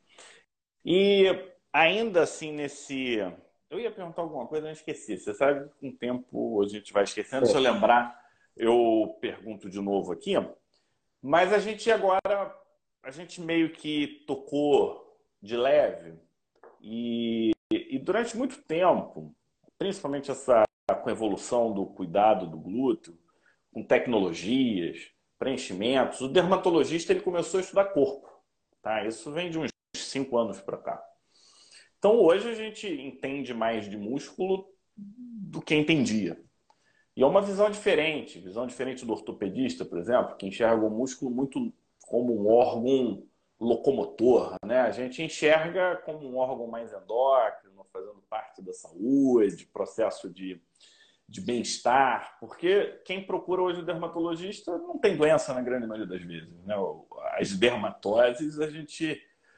E ainda assim, nesse. Eu ia perguntar alguma coisa, eu esqueci. Você sabe que com o tempo a gente vai esquecendo. Se eu lembrar, eu pergunto de novo aqui. Mas a gente agora, a gente meio que tocou de leve e durante muito tempo, principalmente essa com a evolução do cuidado do glúteo, com tecnologias, preenchimentos, o dermatologista ele começou a estudar corpo, tá? Isso vem de uns 5 anos para cá. Então hoje a gente entende mais de músculo do que entendia. E é uma visão diferente do ortopedista, por exemplo, que enxerga o músculo muito como um órgão locomotor, né? A gente enxerga como um órgão mais endócrino, fazendo parte da saúde, processo de bem-estar, porque quem procura hoje o dermatologista não tem doença na grande maioria das vezes, né? As dermatoses a gente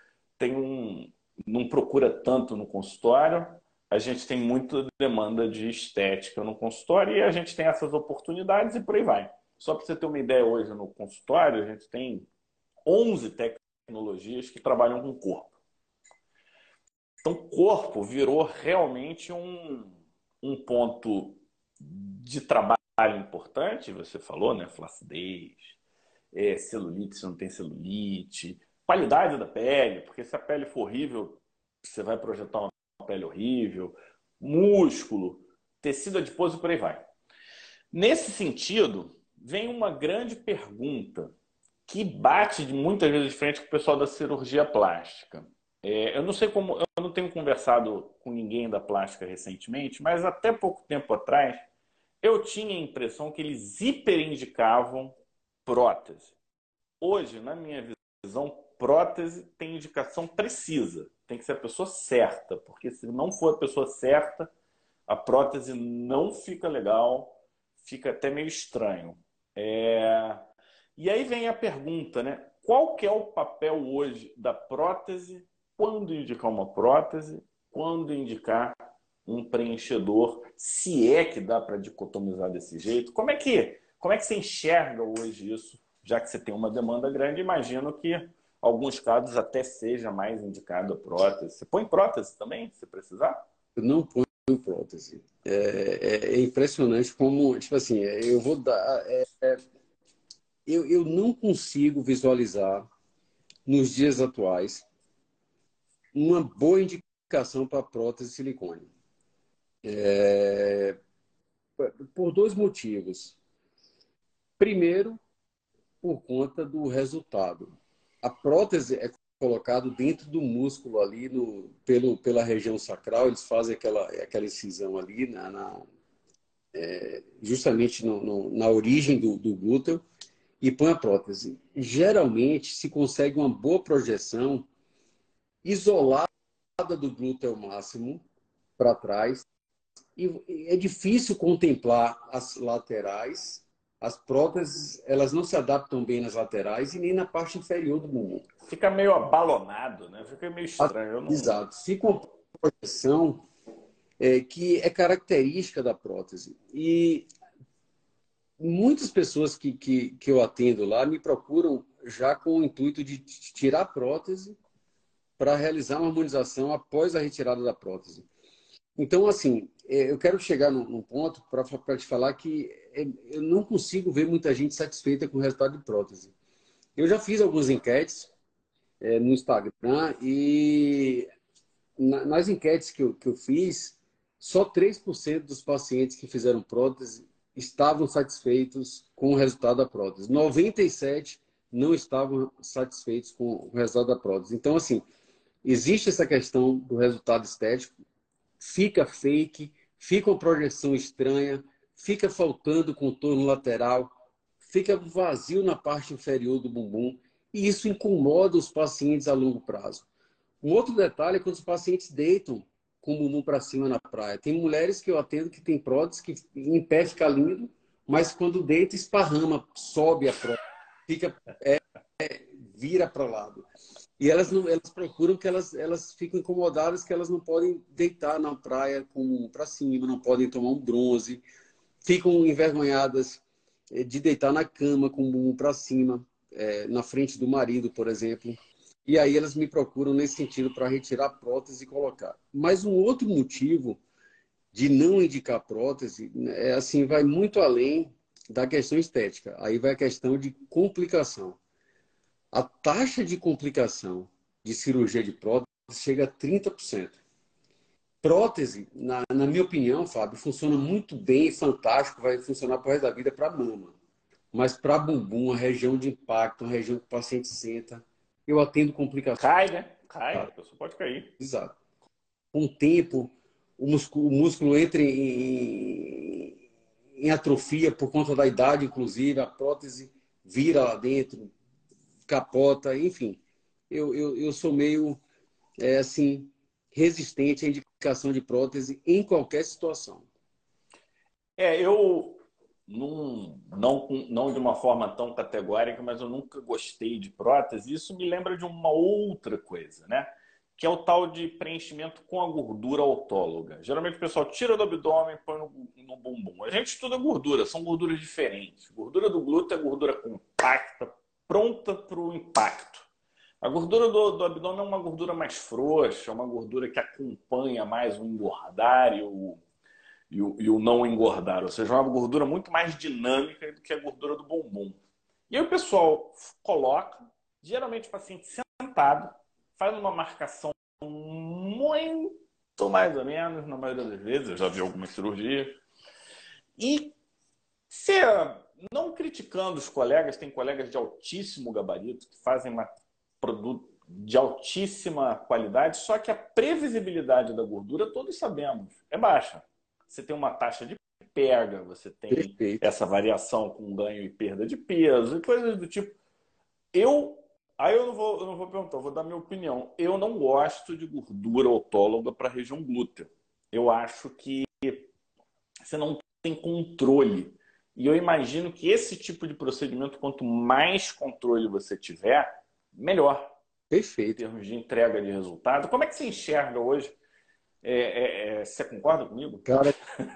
não procura tanto no consultório, a gente tem muita demanda de estética no consultório e a gente tem essas oportunidades e por aí vai. Só para você ter uma ideia, hoje no consultório, a gente tem 11 tecnologias que trabalham com o corpo. Então, o corpo virou realmente um ponto de trabalho importante. Você falou, né? Flacidez, celulite, se não tem celulite, qualidade da pele, porque se a pele for horrível, você vai projetar uma pele horrível, músculo, tecido adiposo e por aí vai. Nesse sentido, vem uma grande pergunta que bate muitas vezes de frente com o pessoal da cirurgia plástica. Eu não sei como, eu não tenho conversado com ninguém da plástica recentemente, mas até pouco tempo atrás eu tinha a impressão que eles hiperindicavam prótese. Hoje, na minha visão, prótese tem indicação precisa. Tem que ser a pessoa certa, porque se não for a pessoa certa, a prótese não fica legal, fica até meio estranho. E aí vem a pergunta, né? Qual que é o papel hoje da prótese? Quando indicar uma prótese? Quando indicar um preenchedor? Se é que dá para dicotomizar desse jeito? Como é que você enxerga hoje isso? Já que você tem uma demanda grande, imagino que alguns casos até seja mais indicado a prótese. Você põe prótese também, se precisar? Eu não ponho prótese. É impressionante como, tipo assim, eu vou dar. Eu não consigo visualizar nos dias atuais uma boa indicação para prótese de silicone. Por dois motivos. Primeiro, por conta do resultado. A prótese é colocado dentro do músculo ali, pela região sacral. Eles fazem aquela incisão ali, justamente na origem do glúteo, e põe a prótese. Geralmente se consegue uma boa projeção isolada do glúteo máximo para trás, e é difícil contemplar as laterais. As próteses, elas não se adaptam bem nas laterais e nem na parte inferior do bumbum. Fica meio abalonado, né? Fica meio estranho. Eu não... Exato. Fica uma projeção que é característica da prótese. E muitas pessoas que eu atendo lá me procuram já com o intuito de tirar a prótese para realizar uma harmonização após a retirada da prótese. Então, assim, eu quero chegar num ponto para te falar que eu não consigo ver muita gente satisfeita com o resultado de prótese. Eu já fiz algumas enquetes no Instagram e nas enquetes que eu fiz, só 3% dos pacientes que fizeram prótese estavam satisfeitos com o resultado da prótese. 97% não estavam satisfeitos com o resultado da prótese. Então, assim, existe essa questão do resultado estético, fica fake, fica uma projeção estranha, fica faltando contorno lateral, fica vazio na parte inferior do bumbum, e isso incomoda os pacientes a longo prazo. Um outro detalhe é quando os pacientes deitam com o bumbum para cima na praia. Tem mulheres que eu atendo que tem prótese que em pé fica lindo, mas quando deita esparrama, sobe a prótese, fica, vira para o lado. E elas procuram que elas ficam incomodadas, que elas não podem deitar na praia com o bumbum para cima, não podem tomar um bronze, ficam envergonhadas de deitar na cama com o bumbum para cima, na frente do marido, por exemplo. E aí elas me procuram nesse sentido para retirar a prótese e colocar. Mas um outro motivo de não indicar prótese assim, vai muito além da questão estética. Aí vai a questão de complicação. A taxa de complicação de cirurgia de prótese chega a 30%. Prótese, na minha opinião, Fábio, funciona muito bem, fantástico, vai funcionar para o resto da vida para mama. Mas para bumbum, a região de impacto, a região que o paciente senta, eu atendo complicações. Cai, né? Cai, a pessoa pode cair. Exato. Com o tempo, o músculo entra em atrofia por conta da idade, inclusive, a prótese vira lá dentro, capota, enfim. Eu sou meio, assim, resistente à indicação de prótese em qualquer situação. Eu não de uma forma tão categórica, mas eu nunca gostei de prótese. Isso me lembra de uma outra coisa, né? Que é o tal de preenchimento com a gordura autóloga. Geralmente o pessoal tira do abdômen e põe no bumbum. A gente estuda gordura, são gorduras diferentes. Gordura do glúteo é gordura compacta, pronta para o impacto. A gordura do abdômen é uma gordura mais frouxa, é uma gordura que acompanha mais o engordar e o não engordar. Ou seja, é uma gordura muito mais dinâmica do que a gordura do bumbum. E aí o pessoal coloca, geralmente o paciente sentado, faz uma marcação muito mais ou menos, na maioria das vezes, eu já vi algumas cirurgias. E não criticando os colegas, tem colegas de altíssimo gabarito que fazem produto de altíssima qualidade, só que a previsibilidade da gordura, todos sabemos, é baixa. Você tem uma taxa de perda, você tem Perfeito. essa variação com ganho e perda de peso e coisas do tipo. Aí eu não vou perguntar, eu vou dar minha opinião. Eu não gosto de gordura autóloga para a região glútea. Eu acho que você não tem controle. E eu imagino que esse tipo de procedimento, quanto mais controle você tiver, melhor. Perfeito. Em termos de entrega de resultado. Como é que você enxerga hoje? Você concorda comigo? Cara,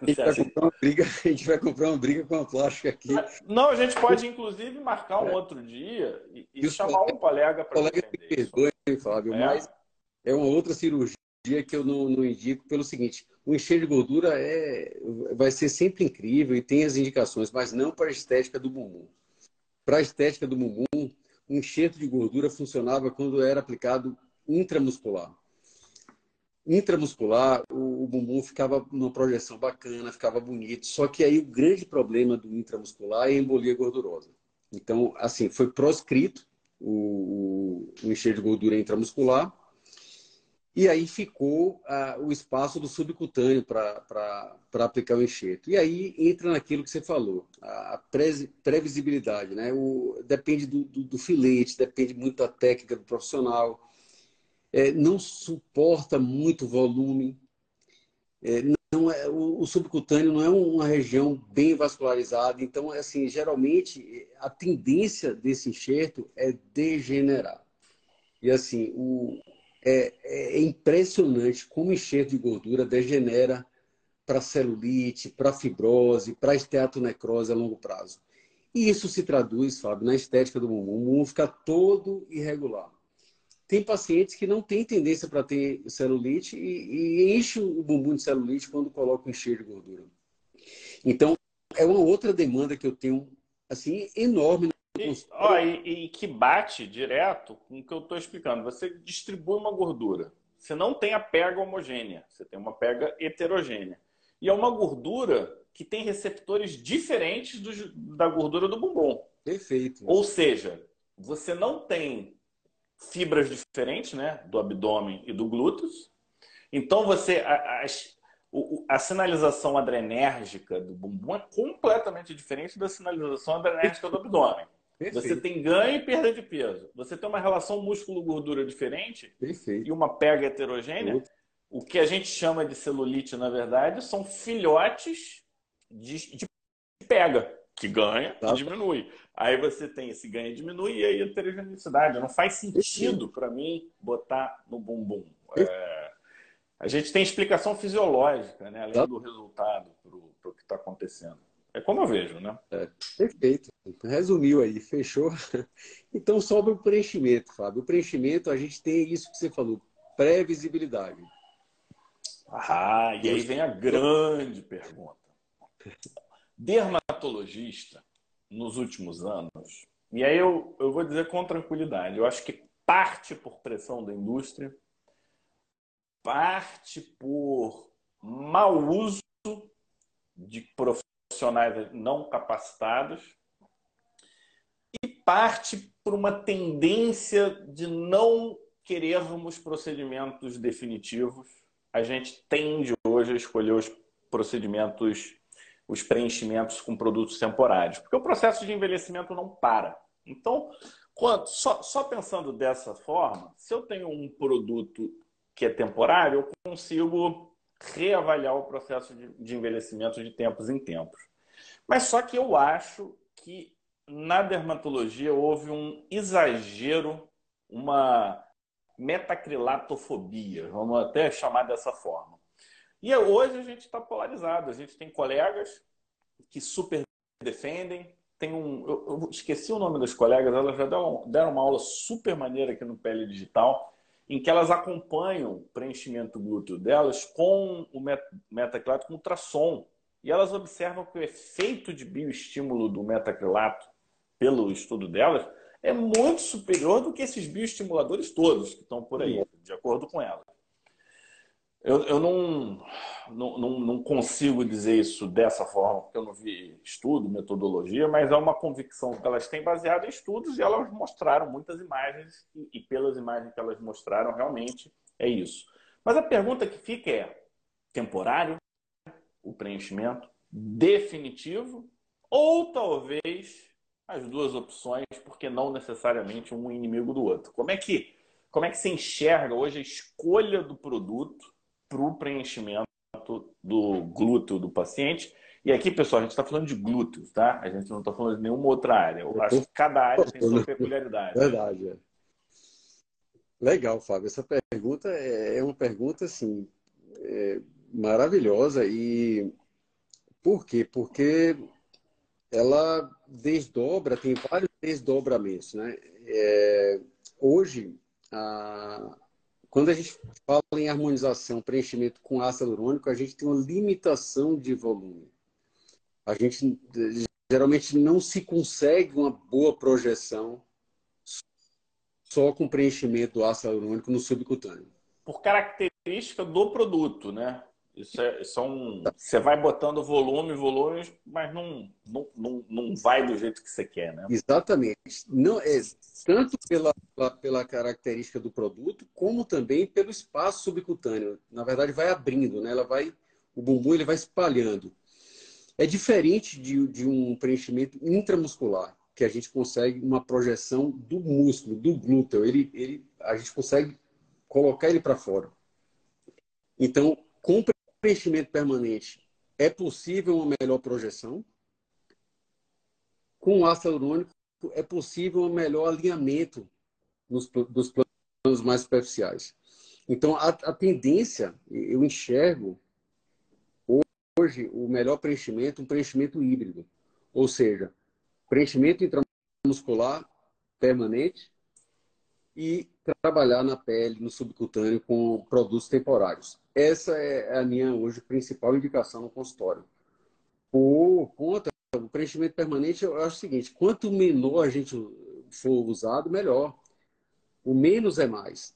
a gente vai comprar uma briga com a plástica aqui. Não, a gente pode, inclusive, marcar um outro dia e chamar um colega para defender. Me perdoe, Fábio, mas é uma outra cirurgia que eu não indico pelo seguinte: o encher de gordura vai ser sempre incrível e tem as indicações, mas não para a estética do bumbum. Para a estética do bumbum, o enxerto de gordura funcionava quando era aplicado intramuscular. Intramuscular, o bumbum ficava numa projeção bacana, ficava bonito. Só que aí o grande problema do intramuscular é a embolia gordurosa. Então, assim, foi proscrito um enxerto de gordura intramuscular. E aí ficou o espaço do subcutâneo para aplicar o enxerto. E aí entra naquilo que você falou, a previsibilidade, né? Depende do filete, depende muito da técnica do profissional, não suporta muito volume. Não é, o subcutâneo não é uma região bem vascularizada, então, assim, geralmente, a tendência desse enxerto é degenerar. E, assim, é impressionante como o enxerto de gordura degenera para celulite, para fibrose, para esteatonecrose a longo prazo. E isso se traduz, Fábio, na estética do bumbum. O bumbum fica todo irregular. Tem pacientes que não têm tendência para ter celulite e enchem o bumbum de celulite quando colocam enxerto de gordura. Então, é uma outra demanda que eu tenho, assim, enorme no consultório. E que bate direto com o que eu estou explicando. Você distribui uma gordura. Você não tem a pega homogênea, você tem uma pega heterogênea. E é uma gordura que tem receptores diferentes da gordura do bumbum. Perfeito. Ou seja, você não tem fibras diferentes, né, do abdômen e do glúteos. Então, a sinalização adrenérgica do bumbum é completamente diferente da sinalização adrenérgica do abdômen. Perfeito. Você tem ganho e perda de peso. Você tem uma relação músculo-gordura diferente. Perfeito. E uma pega heterogênea. O que a gente chama de celulite, na verdade, são filhotes de pega, que ganha e diminui. Aí você tem esse ganha e diminui e aí a heterogeneidade. Não faz sentido para mim botar no bumbum. A gente tem explicação fisiológica, né? Além do resultado para o que está acontecendo. É como eu vejo, né? Perfeito. Resumiu aí, fechou. Então, sobre o preenchimento, Fábio. O preenchimento, a gente tem isso que você falou, previsibilidade. E aí vem a grande pergunta. Dermatologista, nos últimos anos, e aí eu vou dizer com tranquilidade, eu acho que parte por pressão da indústria, parte por mau uso de profissionais não capacitados e parte por uma tendência de não querermos procedimentos definitivos. A gente tende hoje a escolher os procedimentos, os preenchimentos com produtos temporários, porque o processo de envelhecimento não para. Então, só pensando dessa forma, se eu tenho um produto que é temporário, eu consigo reavaliar o processo de envelhecimento de tempos em tempos. Mas só que eu acho que na dermatologia houve um exagero, uma metacrilatofobia, vamos até chamar dessa forma. E hoje a gente está polarizado. A gente tem colegas que super defendem. Eu esqueci o nome das colegas, elas já deram uma aula super maneira aqui no Pele Digital, em que elas acompanham o preenchimento glúteo delas com o metacrilato com ultrassom. E elas observam que o efeito de bioestímulo do metacrilato, pelo estudo delas, é muito superior do que esses bioestimuladores todos que estão por aí, de acordo com elas. Eu não consigo dizer isso dessa forma, porque eu não vi estudo, metodologia, mas é uma convicção que elas têm baseada em estudos e elas mostraram muitas imagens e pelas imagens que elas mostraram, realmente é isso. Mas a pergunta que fica é: temporário, o preenchimento, definitivo, ou talvez as duas opções, porque não necessariamente um inimigo do outro? Como é que você enxerga hoje a escolha do produto para o preenchimento do glúteo do paciente? E aqui, pessoal, a gente está falando de glúteos, tá? A gente não está falando de nenhuma outra área. Eu acho que cada área tem sua peculiaridade. Verdade. Legal, Fábio. Essa pergunta é uma pergunta, assim, maravilhosa. E por quê? Porque ela desdobra, tem vários desdobramentos, né? Hoje, quando a gente fala em harmonização, preenchimento com ácido hialurônico, a gente tem uma limitação de volume. A gente geralmente não se consegue uma boa projeção só com preenchimento do ácido hialurônico no subcutâneo. Por característica do produto, né? Isso é você vai botando volume, mas não vai do jeito que você quer, né? Exatamente. Não é tanto pela característica do produto, como também pelo espaço subcutâneo. Na verdade, vai abrindo, né? O bumbum ele vai espalhando. É diferente de um preenchimento intramuscular, que a gente consegue uma projeção do músculo, do glúteo. A gente consegue colocar ele para fora. Então, com preenchimento permanente, é possível uma melhor projeção. Com ácido hialurônico, é possível um melhor alinhamento dos planos mais superficiais. Então, a tendência, eu enxergo hoje o melhor preenchimento, um preenchimento híbrido. Ou seja, preenchimento intramuscular permanente e trabalhar na pele, no subcutâneo, com produtos temporários. Essa é a minha, hoje, principal indicação no consultório. Por conta, o preenchimento permanente, eu acho o seguinte, quanto menor a gente for usado, melhor. O menos é mais.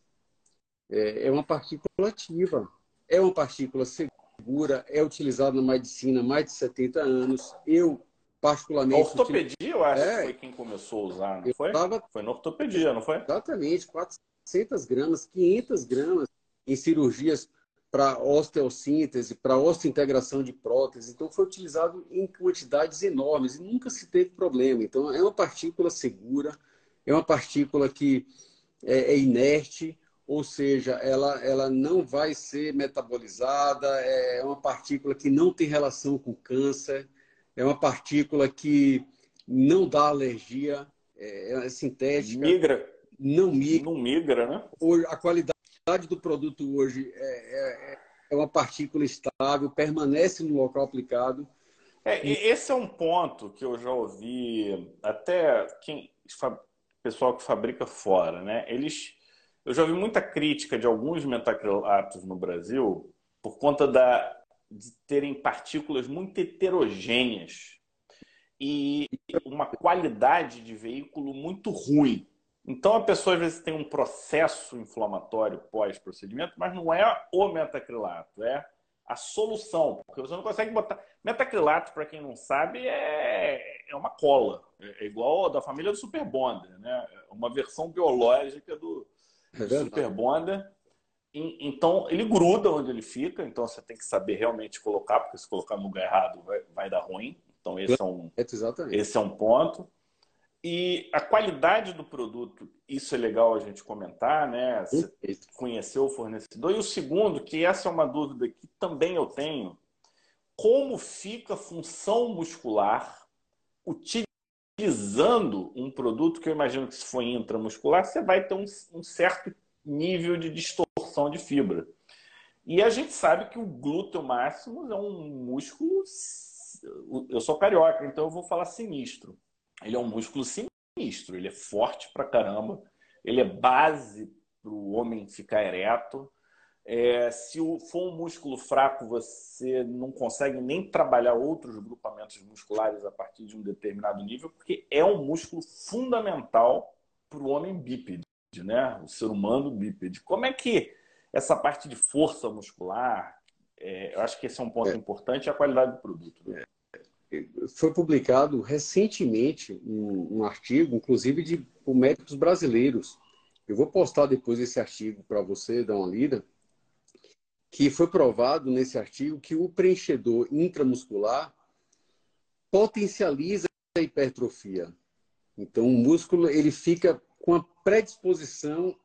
É uma partícula ativa, é uma partícula segura, é utilizada na medicina há mais de 70 anos. Eu, A particularmente... ortopedia, eu acho que foi quem começou a usar, não foi? Foi na ortopedia, não foi? Exatamente, 400 gramas, 500 gramas em cirurgias para osteossíntese, para osteointegração de prótese. Então, foi utilizado em quantidades enormes e nunca se teve problema. Então, é uma partícula segura, é uma partícula que é inerte, ou seja, ela não vai ser metabolizada, é uma partícula que não tem relação com câncer, é uma partícula que não dá alergia, é sintética, Migra. não migra. Não migra, né? A qualidade do produto hoje é uma partícula estável, permanece no local aplicado. Esse é um ponto que eu já ouvi até pessoal que fabrica fora, né? Eu já ouvi muita crítica de alguns metacrilatos no Brasil por conta de terem partículas muito heterogêneas e uma qualidade de veículo muito ruim. Então a pessoa às vezes tem um processo inflamatório pós-procedimento, mas não é o metacrilato, é a solução, porque você não consegue botar. Metacrilato, para quem não sabe, é uma cola. É igual a da família do Super Bonder, né? É uma versão biológica do Super Bonder. Então, ele gruda onde ele fica, então você tem que saber realmente colocar, porque se colocar no lugar errado vai dar ruim. Então, esse é um ponto. E a qualidade do produto, isso é legal a gente comentar, né? Você conhecer o fornecedor. E o segundo, que essa é uma dúvida que também eu tenho, como fica a função muscular utilizando um produto que eu imagino que se for intramuscular, você vai ter um certo nível de distorção de fibra. E a gente sabe que o glúteo máximo é um músculo, eu sou carioca, então eu vou falar sinistro. Ele é um músculo sinistro, ele é forte pra caramba, ele é base para o homem ficar ereto. Se for um músculo fraco, você não consegue nem trabalhar outros grupamentos musculares a partir de um determinado nível, porque é um músculo fundamental para o homem bípede, né? O ser humano bípede. Como é que essa parte de força muscular, eu acho que esse é um ponto importante, é a qualidade do produto. Né? Foi publicado recentemente um artigo, inclusive por médicos brasileiros. Eu vou postar depois esse artigo para você dar uma lida, que foi provado nesse artigo que o preenchedor intramuscular potencializa a hipertrofia. Então, o músculo ele fica com a predisposição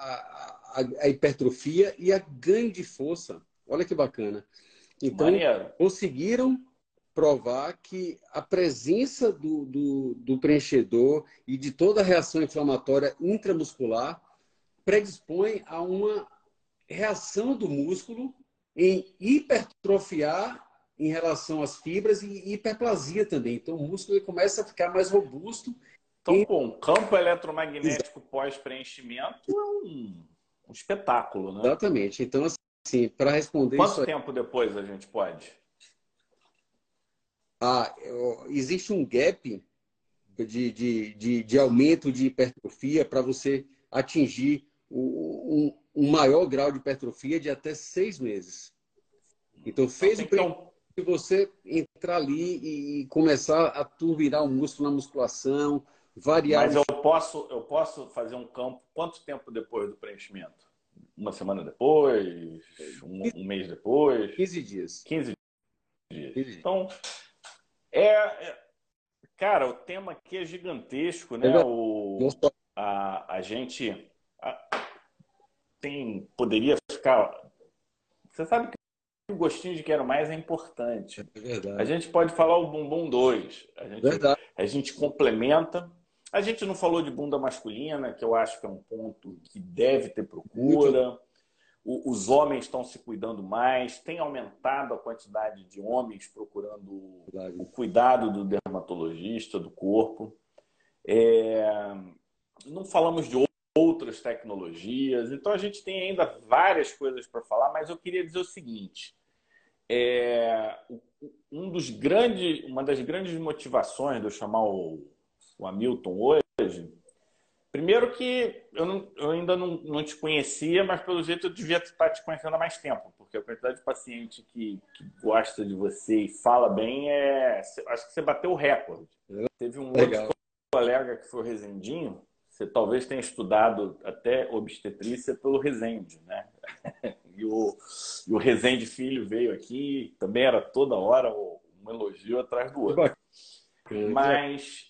à hipertrofia e a ganho de força. Olha que bacana. Então, conseguiram provar que a presença do preenchedor e de toda a reação inflamatória intramuscular predispõe a uma reação do músculo em hipertrofiar em relação às fibras e hiperplasia também. Então, o músculo começa a ficar mais robusto. Então, um campo eletromagnético pós-preenchimento é um espetáculo, né? Exatamente. Então, assim, para responder Quanto tempo depois a gente pode? Existe um gap de aumento de hipertrofia para você atingir um maior grau de hipertrofia de até 6 meses. Então, fez o preenchimento de você entrar ali e começar a turbinar o músculo na musculação, variar... Mas eu posso fazer um campo quanto tempo depois do preenchimento? Uma semana depois? Um mês depois? 15 dias. 15 dias. 15 dias. Então, cara, o tema aqui é gigantesco, né? A gente poderia ficar... Você sabe que o gostinho de quero mais é importante. É verdade. A gente pode falar o bumbum 2. A gente complementa. A gente não falou de bunda masculina, que eu acho que é um ponto que deve ter procura. Os homens estão se cuidando mais. Tem aumentado a quantidade de homens procurando o cuidado do dermatologista, do corpo. Não falamos de outras tecnologias. Então, a gente tem ainda várias coisas para falar, mas eu queria dizer o seguinte. Uma das grandes motivações de eu chamar o Hamilton hoje, primeiro que eu ainda não te conhecia, mas pelo jeito eu devia estar te conhecendo há mais tempo, porque a quantidade de paciente que gosta de você e fala bem, acho que você bateu o recorde. Teve um outro colega que foi o Rezendinho, você talvez tenha estudado até obstetrícia pelo Rezende, né? E o Rezende Filho veio aqui, também era toda hora um elogio atrás do outro. Mas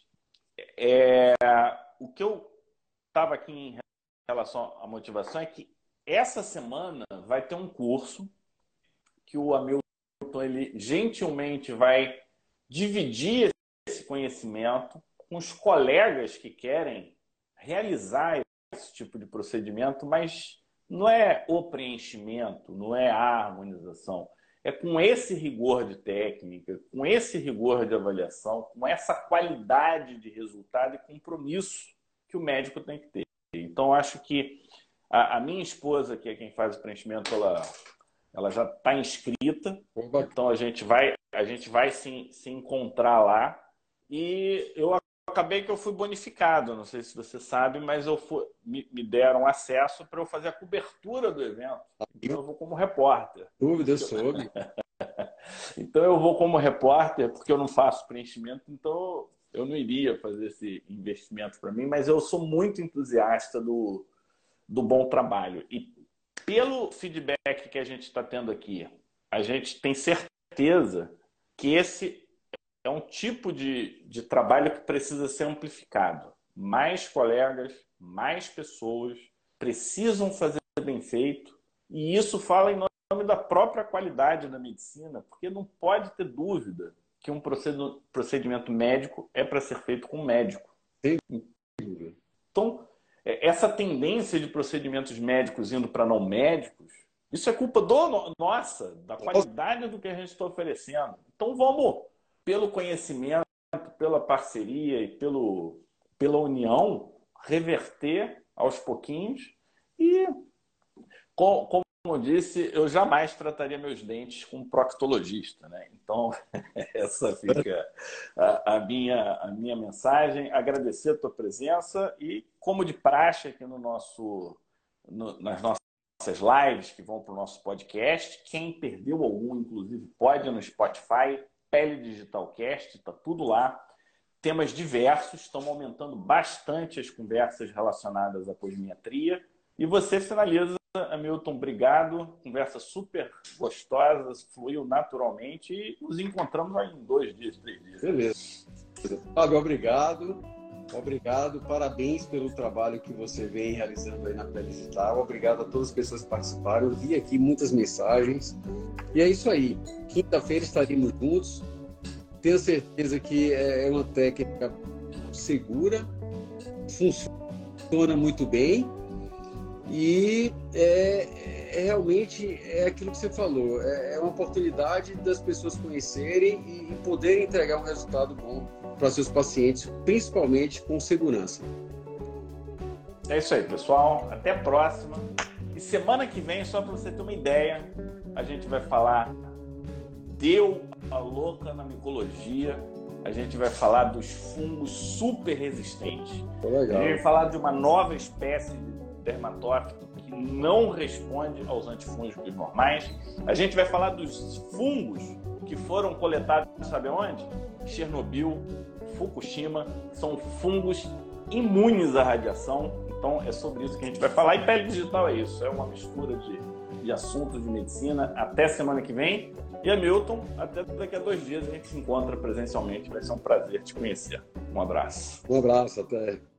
o que eu estava aqui em relação à motivação é que essa semana vai ter um curso que o Hamilton ele gentilmente vai dividir esse conhecimento com os colegas que querem realizar esse tipo de procedimento, mas não é o preenchimento, não é a harmonização. É com esse rigor de técnica, com esse rigor de avaliação, com essa qualidade de resultado e compromisso que o médico tem que ter. Então, acho que a minha esposa, que é quem faz o preenchimento, ela já está inscrita. Então, a gente vai se encontrar lá. E eu acabei que eu fui bonificado, não sei se você sabe, mas me deram acesso para eu fazer a cobertura do evento. Então eu vou como repórter. Dúvida, eu soube. Então eu vou como repórter, porque eu não faço preenchimento, então eu não iria fazer esse investimento para mim, mas eu sou muito entusiasta do bom trabalho. E pelo feedback que a gente está tendo aqui, a gente tem certeza que esse é um tipo de trabalho que precisa ser amplificado. Mais colegas, mais pessoas precisam fazer bem feito. E isso fala em nome da própria qualidade da medicina, porque não pode ter dúvida que um procedimento médico é para ser feito com um médico. Então, essa tendência de procedimentos médicos indo para não médicos, isso é culpa nossa, da qualidade do que a gente está oferecendo. Então, vamos... pelo conhecimento, pela parceria e pela união, reverter aos pouquinhos. E, como eu disse, eu jamais trataria meus dentes com um proctologista, né? Então, essa fica a minha mensagem. Agradecer a tua presença e, como de praxe aqui nas nossas lives que vão para o nosso podcast, quem perdeu algum, inclusive, pode ir no Spotify, Pele Digitalcast, está tudo lá. Temas diversos, estão aumentando bastante as conversas relacionadas à cosmiatria. E você finaliza, Hamilton, obrigado. Conversa super gostosa, fluiu naturalmente e nos encontramos em 2 dias, 3 dias. Beleza. Fábio, obrigado. Obrigado, parabéns pelo trabalho que você vem realizando aí na Pele Digital. Obrigado a todas as pessoas que participaram. Eu vi aqui muitas mensagens. E é isso aí. Quinta-feira estaremos juntos. Tenho certeza que é uma técnica segura, funciona muito bem e realmente aquilo que você falou. É uma oportunidade das pessoas conhecerem e poderem entregar um resultado bom para seus pacientes, principalmente com segurança. É isso aí, pessoal. Até a próxima. E semana que vem, só para você ter uma ideia, a gente vai falar deu a louca na micologia, a gente vai falar dos fungos super resistentes, Legal. a gente vai falar de uma nova espécie de dermatófito que não responde aos antifúngicos normais. A gente vai falar dos fungos que foram coletados, sabe onde? Chernobyl, Fukushima, são fungos imunes à radiação. Então é sobre isso que a gente vai falar. E pele digital é isso, é uma mistura de assuntos de medicina. Até semana que vem. E Hamilton, até daqui a 2 dias a gente se encontra presencialmente. Vai ser um prazer te conhecer. Um abraço. Um abraço, até.